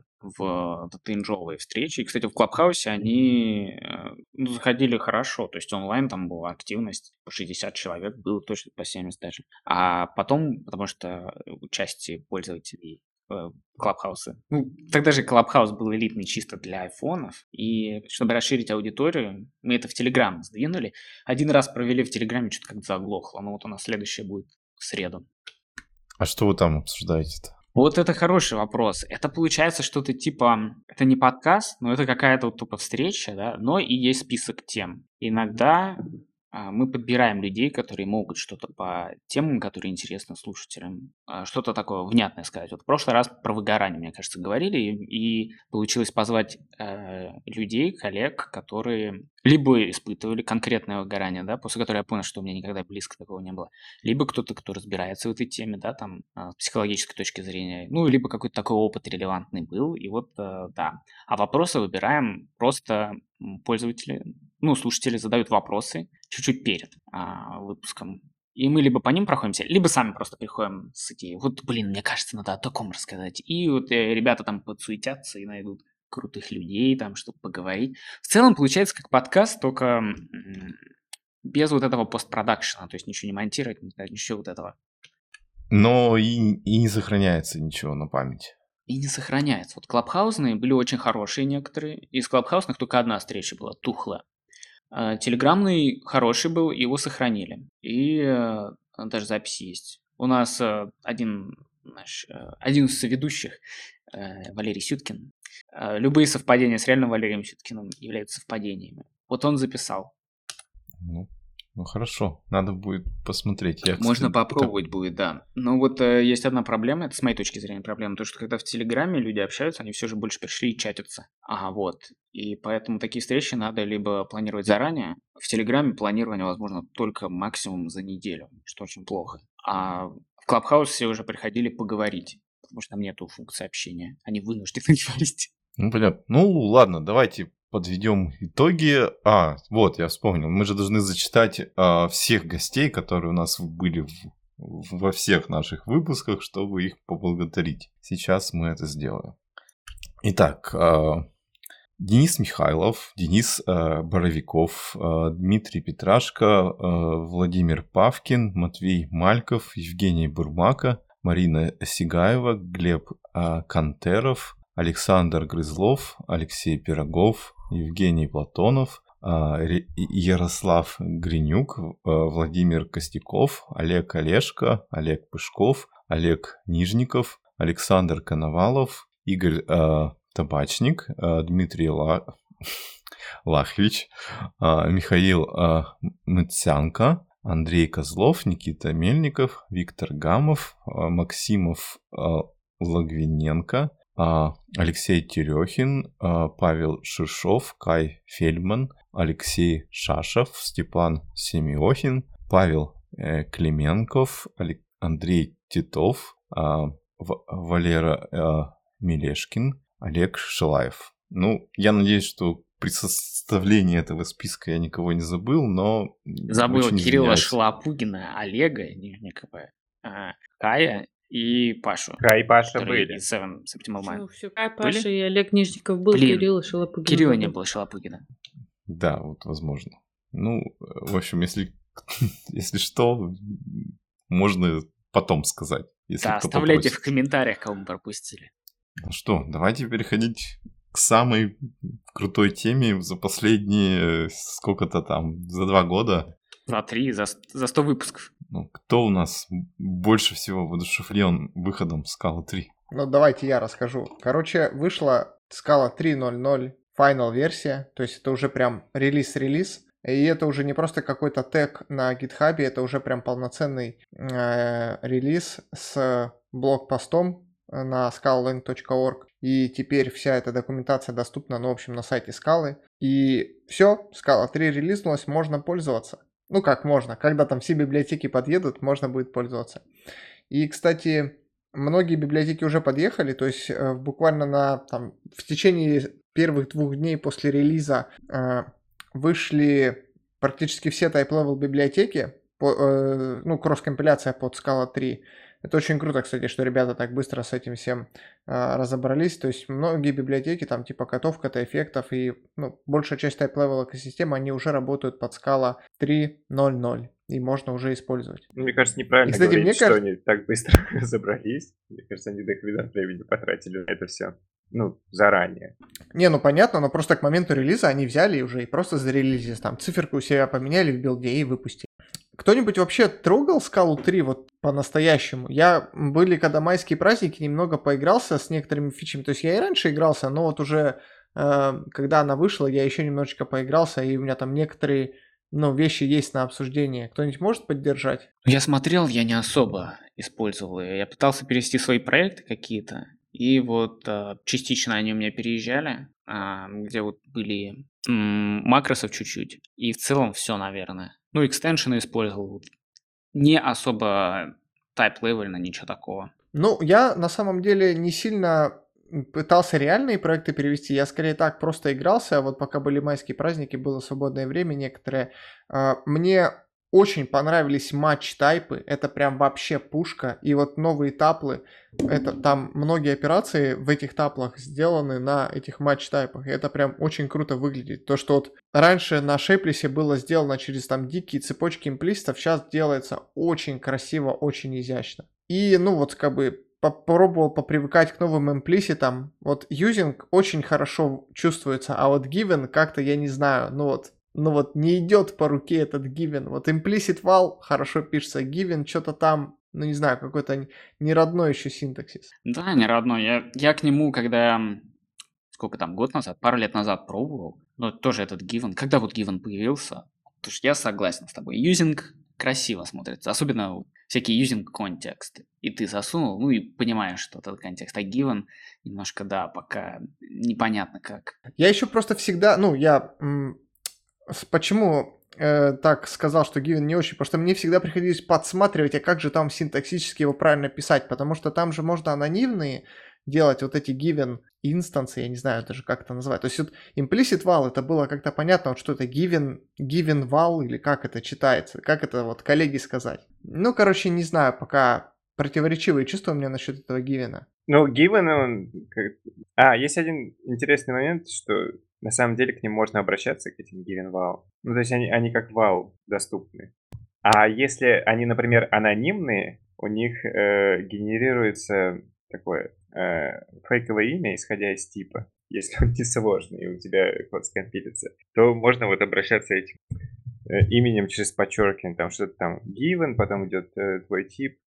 в кринжовые встречи. И, кстати, в Клабхаусе они заходили хорошо. То есть онлайн там была активность. По 60 человек было, точно по 70 даже. А потом, потому что участие пользователей Клабхауса. Тогда же Клабхаус был элитный чисто для айфонов. И чтобы расширить аудиторию, мы это в Телеграм сдвинули. Один раз провели в Телеграме, что-то как-то заглохло. У нас следующее будет в среду. А что вы там обсуждаете-то? Вот это хороший вопрос. Это получается что-то типа, это не подкаст, но это какая-то тупо встреча, да, но и есть список тем. Иногда мы подбираем людей, которые могут что-то по темам, которые интересны слушателям, что-то такое внятное сказать. Вот в прошлый раз про выгорание, мне кажется, говорили, и получилось позвать людей, коллег, которые либо испытывали конкретное выгорание, да, после которого я понял, что у меня никогда близко такого не было, либо кто-то, кто разбирается в этой теме, да, там, с психологической точки зрения, ну, либо какой-то такой опыт релевантный был, и вот, да. А вопросы выбираем просто пользователи, ну, слушатели задают вопросы чуть-чуть перед выпуском. И мы либо по ним проходимся, либо сами просто приходим с идеей. Вот, блин, мне кажется, надо о таком рассказать. И вот ребята там подсуетятся и найдут крутых людей там, чтобы поговорить. В целом получается как подкаст, только без вот этого постпродакшена. То есть ничего не монтировать, ничего вот этого. Но и не сохраняется ничего на память. И не сохраняется. Вот клабхаусные были очень хорошие некоторые. Из клабхаусных только одна встреча была, тухлая. Телеграмный хороший был, его сохранили. И даже запись есть. У нас один из соведущих, Валерий Сюткин, любые совпадения с реальным Валерием Сюткиным являются совпадениями. Вот он записал. Ну хорошо, надо будет посмотреть. Можно попробовать будет, да. Но вот есть одна проблема, это с моей точки зрения проблема, то что когда в Телеграме люди общаются, они все же больше пришли и чатятся. Вот. И поэтому такие встречи надо либо планировать заранее. В Телеграме планирование возможно только максимум за неделю, что очень плохо. А в Клабхаус все уже приходили поговорить, потому что там нету функции общения. Они вынуждены говорить. Ну, понятно. Ну, ладно, давайте подведем итоги. Вот, я вспомнил. Мы же должны зачитать всех гостей, которые у нас были во всех наших выпусках, чтобы их поблагодарить. Сейчас мы это сделаем. Итак, Денис Михайлов, Денис Боровиков, Дмитрий Петрашко, Владимир Павкин, Матвей Мальков, Евгений Бурмака, Марина Сигаева, Глеб Кантеров, Александр Грызлов, Алексей Пирогов, Евгений Платонов, Ярослав Гринюк, Владимир Костяков, Олег Олешко, Олег Пышков, Олег Нижников, Александр Коновалов, Игорь Табачник, Дмитрий Лахвич, Михаил Мыцянко, Андрей Козлов, Никита Мельников, Виктор Гамов, Максимов Лагвиненко, Алексей Терехин, Павел Шишов, Кай Фельдман, Алексей Шашев, Степан Семиохин, Павел Клименков, Андрей Титов, Валера Мелешкин, Олег Шилаев. Ну, я надеюсь, что при составлении этого списка я никого не забыл, но... Забыл Кирилла Шалапугина, Олега Нижникова, Кая и Пашу. Кай и Паша были. Из Seven Septimal Mind. Все, Кай, Паша и Олег Нижников был, Блин, Кирилла Шалапугина. Кирилла не было, Шалапугина. Да, вот возможно. Ну, в общем, если что, можно потом сказать. Если Да, оставляйте в комментариях, кого мы пропустили. Ну что, давайте переходить к самой крутой теме за последние сколько-то там, за 2 года. За 3, за 100 выпусков. Ну, кто у нас больше всего воодушевлен выходом Scala 3? Ну, давайте я расскажу. Короче, вышла Scala 3.0.0 Final версия, то есть это уже прям релиз-релиз. И это уже не просто какой-то тег на GitHub, это уже прям полноценный релиз с блокпостом на scalalang.org. И теперь вся эта документация доступна, ну, в общем, на сайте Scala. И все, Scala 3 релизнулась, можно пользоваться. Ну, как можно. Когда там все библиотеки подъедут, можно будет пользоваться. И, кстати, многие библиотеки уже подъехали, то есть буквально в течение первых 2 дней после релиза вышли практически все type-level библиотеки, кросс-компиляция под Scala 3. Это очень круто, кстати, что ребята так быстро с этим всем разобрались. То есть многие библиотеки, там типа котов, кота-эффектов и большая часть type-level экосистемы, они уже работают под Scala 3.0.0 и можно уже использовать. Мне кажется, неправильно говорить, что они так быстро разобрались. Мне кажется, они до хрена времени потратили на это все. Заранее. Не, понятно, но просто к моменту релиза они взяли уже и просто зарелизили, там циферку у себя поменяли в билде и выпустили. Кто-нибудь вообще трогал Scala 3 вот по-настоящему? Когда майские праздники, немного поигрался с некоторыми фичами. То есть я и раньше игрался, но вот уже когда она вышла, я еще немножечко поигрался, и у меня там некоторые вещи есть на обсуждение. Кто-нибудь может поддержать? Я смотрел, я не особо использовал ее. Я пытался перевести свои проекты какие-то, и вот частично они у меня переезжали, где вот были макросов чуть-чуть, и в целом все, наверное. Ну, экстеншены использовал. Не особо type-левельно, ничего такого. Ну, я на самом деле не сильно пытался реальные проекты перевести, я скорее так просто игрался, вот пока были майские праздники, было свободное время некоторое. Мне очень понравились матч-тайпы, это прям вообще пушка, и вот новые таплы, это там многие операции в этих таплах сделаны на этих матч-тайпах, и это прям очень круто выглядит. То, что вот раньше на Шейплисе было сделано через там дикие цепочки имплистов, сейчас делается очень красиво, очень изящно. И, ну, вот как бы попробовал попривыкать к новым имплиситам. Вот using очень хорошо чувствуется, а вот given как-то, я не знаю, ну вот не идет по руке этот given. Вот implicit val хорошо пишется, given что-то там, ну не знаю, какой-то не родной еще синтаксис. Да, не родной. Я к нему, когда, сколько там, год назад, пару лет назад пробовал, но тоже этот given. Когда вот given появился, потому что я согласен с тобой. Using красиво смотрится, особенно всякие using контексты. И ты засунул, ну и понимаешь, что этот контекст. А given немножко, да, пока непонятно как. Я еще просто всегда, ну я почему так сказал, что given не очень, потому что мне всегда приходилось подсматривать, а как же там синтаксически его правильно писать, потому что там же можно анонимные делать вот эти given инстансы, я не знаю даже как это называть. То есть вот implicit val это было как-то понятно, вот что это given val или как это читается, как это вот коллеги сказать. Ну, короче, не знаю, пока противоречивые чувства у меня насчет этого given. Ну, given, он... есть один интересный момент, что на самом деле к ним можно обращаться, к этим given val. Ну, то есть они как val доступны. А если они, например, анонимные, у них генерируется такое фейковое имя, исходя из типа. Если он не сложный, и у тебя код скомпилится, то можно вот обращаться этим именем через подчеркивание, там что-то там given, потом идет твой тип,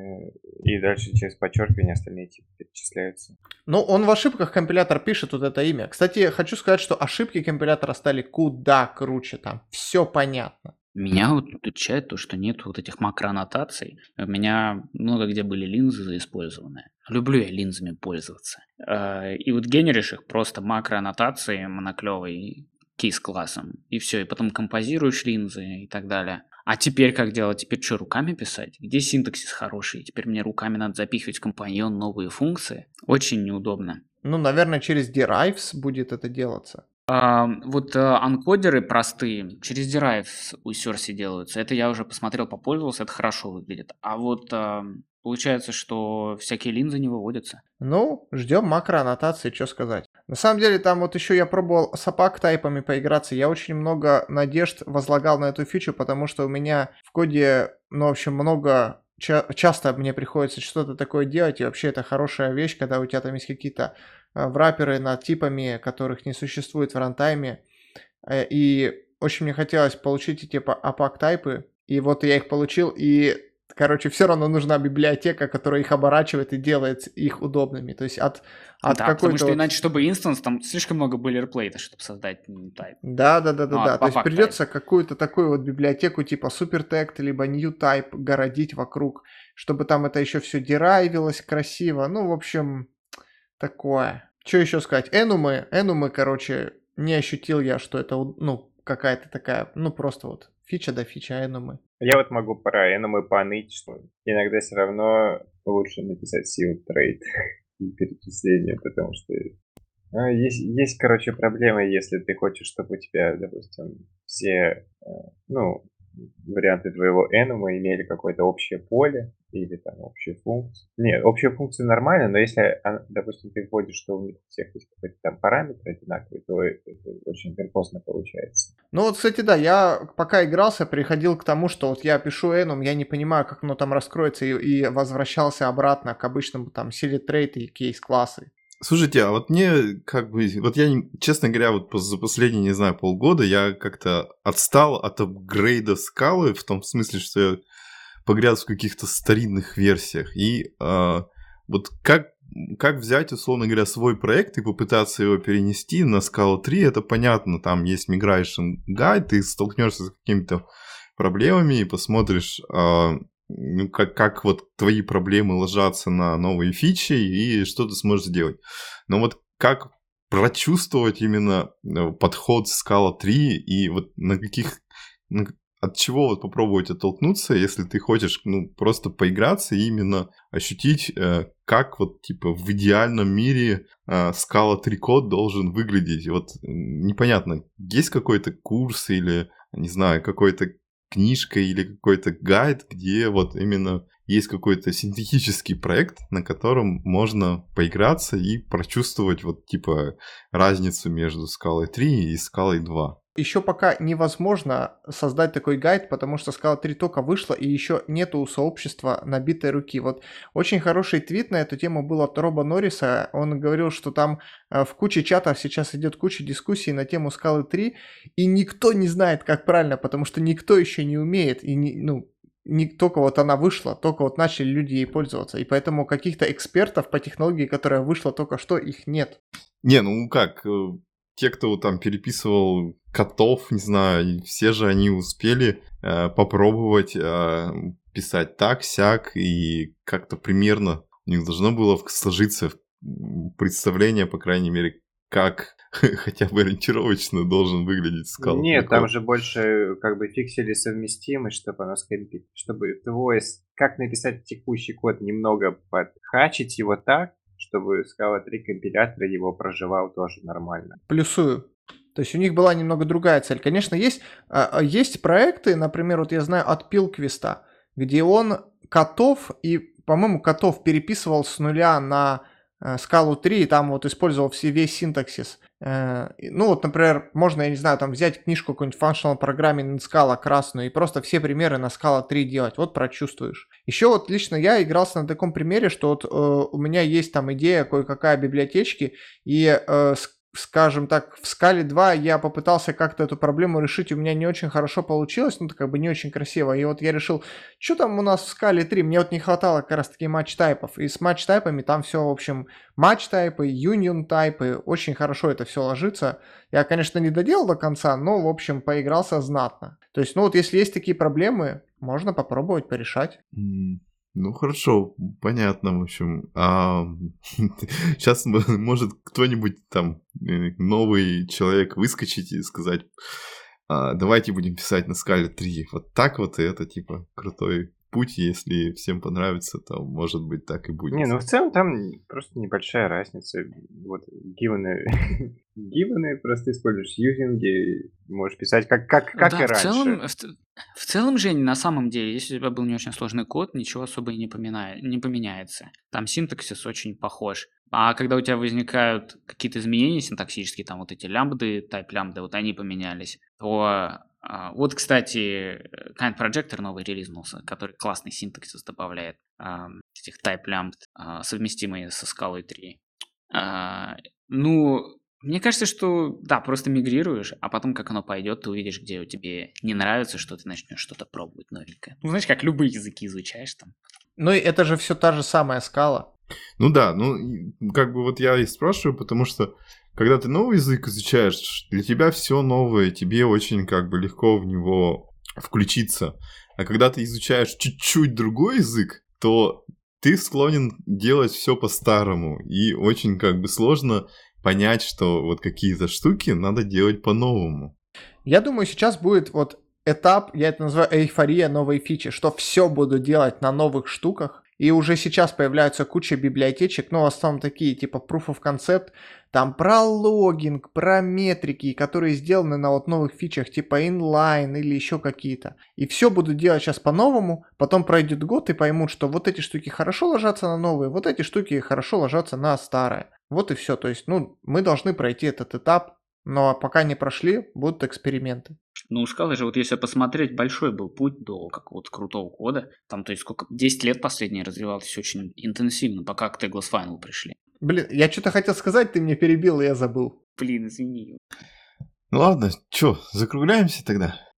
и дальше через подчеркивание остальные типы перечисляются. Ну, он в ошибках компилятор пишет вот это имя. Кстати, хочу сказать, что ошибки компилятора стали куда круче там. Все понятно. Меня вот отличает то, что нет вот этих макроаннотаций. У меня много где были линзы использованы. Люблю я линзами пользоваться. И вот генеришь их просто макроаннотацией моноклевой кейс-классом. И все, и потом композируешь линзы и так далее. А теперь как делать? Теперь что, руками писать? Где синтаксис хороший? Теперь мне руками надо запихивать в компаньон новые функции. Очень неудобно. Ну, наверное, через derives будет это делаться. Вот анкодеры простые через derives у Серси делаются. Это я уже посмотрел, попользовался, это хорошо выглядит. А вот получается, что всякие линзы не выводятся. Ну, ждем макроаннотации, что сказать. На самом деле, там вот еще я пробовал с APAC-тайпами поиграться. Я очень много надежд возлагал на эту фичу, потому что у меня в коде, ну, в общем, много... Часто мне приходится что-то такое делать, и вообще это хорошая вещь, когда у тебя там есть какие-то врапперы над типами, которых не существует в рантайме. И очень мне хотелось получить эти APAC-тайпы, и вот я их получил, и, короче, все равно нужна библиотека, которая их оборачивает и делает их удобными. То есть от да, какой-то... потому что иначе, чтобы инстанс, там слишком много бойлерплейта, чтобы создать тайп. Да. То есть придется какую-то такую вот библиотеку типа SuperTect либо NewType городить вокруг, чтобы там это еще все дерайвилось красиво. Ну, в общем, такое. Что еще сказать? Enum, короче, не ощутил я, что это, ну, какая-то такая, ну, просто вот фича да фича Enum. Я вот могу про Enum поныть, что иногда все равно лучше написать seal trade и перечисление, потому что есть, короче, проблемы, если ты хочешь, чтобы у тебя, допустим, все, варианты твоего enum имели какое-то общее поле или там общую функцию. Нет, общую функцию нормально, но если, допустим, ты вводишь, что у них у всех есть какой-то там параметр одинаковый, то это очень верхосно получается. Ну вот, кстати, да, я пока игрался, приходил к тому, что вот я пишу enum, я не понимаю, как оно там раскроется, и возвращался обратно к обычному там SiliTrade и кейс-классы. Слушайте, а вот мне вот я, честно говоря, вот за последние, не знаю, полгода я как-то отстал от апгрейда скалы, в том смысле, что я погряз в каких-то старинных версиях. И вот как как взять, условно говоря, свой проект и попытаться его перенести на Scala 3, это понятно, там есть Migration Guide, ты столкнешься с какими-то проблемами и посмотришь, как вот твои проблемы ложатся на новые фичи и что ты сможешь сделать. Но вот как прочувствовать именно подход Scala 3 и вот от чего вот попробовать оттолкнуться, если ты хочешь просто поиграться и именно ощутить, как вот типа в идеальном мире Scala 3 код должен выглядеть. Вот непонятно, есть какой-то курс или, не знаю, какой-то книжка или какой-то гайд, где вот именно есть какой-то синтетический проект, на котором можно поиграться и прочувствовать вот типа разницу между Scala 3 и Scala 2. Еще пока невозможно создать такой гайд, потому что Scala 3 только вышла, и еще нету у сообщества набитой руки. Вот очень хороший твит на эту тему был от Роба Норриса. Он говорил, что там в куче чатов сейчас идет куча дискуссий на тему Scala 3, и никто не знает, как правильно, потому что никто еще не умеет, и только вот она вышла, только вот начали люди ей пользоваться. И поэтому каких-то экспертов по технологии, которая вышла только что, их нет. Не, те, кто там переписывал котов, не знаю, все же они успели попробовать писать так, сяк, и как-то примерно у них должно было сложиться представление, по крайней мере, как хотя бы ориентировочно должен выглядеть Scala. Нет, там же больше как бы фиксили совместимость, чтобы она чтобы как написать текущий код, немного подхачить его так, чтобы Scala 3 компилятор его проживал тоже нормально. Плюсую. То есть у них была немного другая цель. Конечно, есть проекты, например, вот я знаю от Pilquist, где он котов переписывал с нуля на Scala 3, и там вот использовал весь синтаксис. Например, можно, я не знаю, там взять книжку какой-нибудь Functional Programming in Scala красную и просто все примеры на Scala 3 делать, вот прочувствуешь. Еще вот лично я игрался на таком примере, что вот у меня есть там идея кое-какая библиотечки, и скажем так, в Scala 2 я попытался как-то эту проблему решить, у меня не очень хорошо получилось, не очень красиво, и вот я решил, что там у нас в Scala 3, мне вот не хватало как раз таки матч-тайпов, и с матч-тайпами там все, в общем, матч-тайпы, юнион-тайпы, очень хорошо это все ложится. Я, конечно, не доделал до конца, но, в общем, поигрался знатно. То есть, если есть такие проблемы, можно попробовать порешать. Хорошо, понятно, в общем. Сейчас может кто-нибудь там, новый человек выскочить и сказать, давайте будем писать на Scala 3. Вот так вот, и это типа крутой путь, если всем понравится, то может быть так и будет. В целом там просто небольшая разница. Вот гивены просто используешь, юзинги, можешь писать как и раньше. В целом, Жень, на самом деле, если у тебя был не очень сложный код, ничего особо и не поменяется. Там синтаксис очень похож. А когда у тебя возникают какие-то изменения синтаксические, там вот эти лямбды, type лямбды, вот они поменялись, то вот, кстати, Kind Projector новый релизнулся, который классный синтаксис добавляет этих type лямбд, совместимые со Scala 3. Мне кажется, что, да, просто мигрируешь, а потом, как оно пойдет, ты увидишь, где тебе не нравится, что ты начнешь что-то пробовать новенькое. Знаешь, как любые языки изучаешь там. И это же все та же самая Scala. Вот я и спрашиваю, потому что когда ты новый язык изучаешь, для тебя все новое, тебе очень легко в него включиться. А когда ты изучаешь чуть-чуть другой язык, то ты склонен делать все по-старому. И очень сложно понять, что вот какие-то штуки надо делать по-новому. Я думаю, сейчас будет вот этап, я это называю эйфория новой фичи, что все буду делать на новых штуках. И уже сейчас появляются куча библиотечек, в основном такие, типа Proof of Concept, там про логинг, про метрики, которые сделаны на вот новых фичах, типа inline или еще какие-то. И все буду делать сейчас по-новому, потом пройдет год и поймут, что вот эти штуки хорошо ложатся на новые, вот эти штуки хорошо ложатся на старые. Вот и все. То есть, мы должны пройти этот этап, но пока не прошли, будут эксперименты. У Scala же, вот если посмотреть, большой был путь до какого-то крутого кода. Там, то есть, 10 лет последние развивалось очень интенсивно, пока к Tagless Final пришли. Блин, я что-то хотел сказать, ты мне перебил, и я забыл. Извини. Ладно, закругляемся тогда?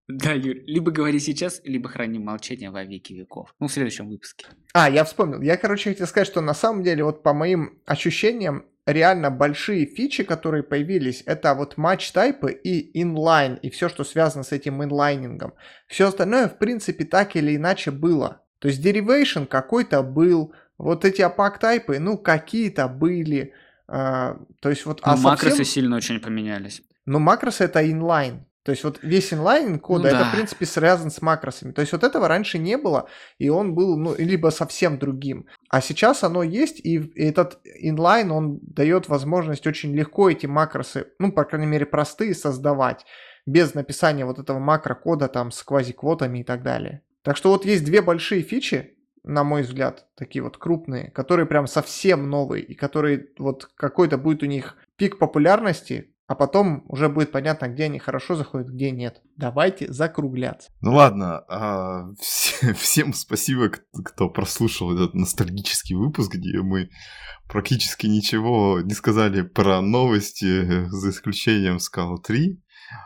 Да, Юр, либо говори сейчас, либо храни молчание во веки веков. Ну, в следующем выпуске. Я вспомнил. Я, хотел сказать, что на самом деле, вот по моим ощущениям, реально большие фичи, которые появились, это вот матч-тайпы и инлайн, и все, что связано с этим инлайнингом. Все остальное, в принципе, так или иначе было. То есть derivation какой-то был, вот эти opac-тайпы, какие-то были. То есть вот... макросы сильно очень поменялись. Но макросы это инлайн. То есть вот весь инлайн кода, это в принципе связан с макросами. То есть вот этого раньше не было, и он был, либо совсем другим. А сейчас оно есть, и этот инлайн, он дает возможность очень легко эти макросы, по крайней мере, простые создавать, без написания вот этого макрокода там с квазиквотами и так далее. Так что вот есть две большие фичи, на мой взгляд, такие вот крупные, которые прям совсем новые, и которые вот какой-то будет у них пик популярности, а потом уже будет понятно, где они хорошо заходят, где нет. Давайте закругляться. Ну ладно, всем спасибо, кто прослушал этот ностальгический выпуск, где мы практически ничего не сказали про новости, за исключением Scala 3.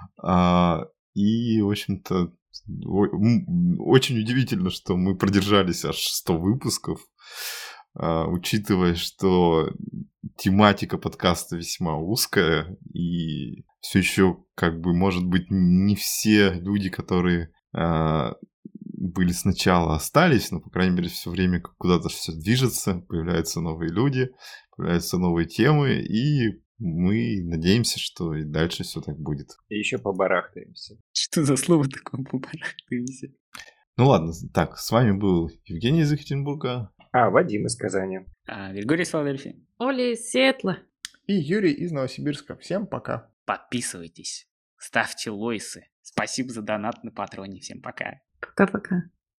И, в общем-то, очень удивительно, что мы продержались аж 100 выпусков, учитывая, что тематика подкаста весьма узкая, и все еще, может быть, не все люди, которые были сначала, остались, но, по крайней мере, все время куда-то все движется, появляются новые люди, появляются новые темы, и мы надеемся, что и дальше все так будет. И еще побарахтаемся. Что за слово такое побарахтаемся? Ну ладно, так, с вами был Евгений из Екатеринбурга. Вадим из Казани. Григорий из Филадельфии. Оля из Сиэтла. И Юрий из Новосибирска. Всем пока. Подписывайтесь, ставьте лойсы. Спасибо за донат на Патреоне. Всем пока. Пока-пока.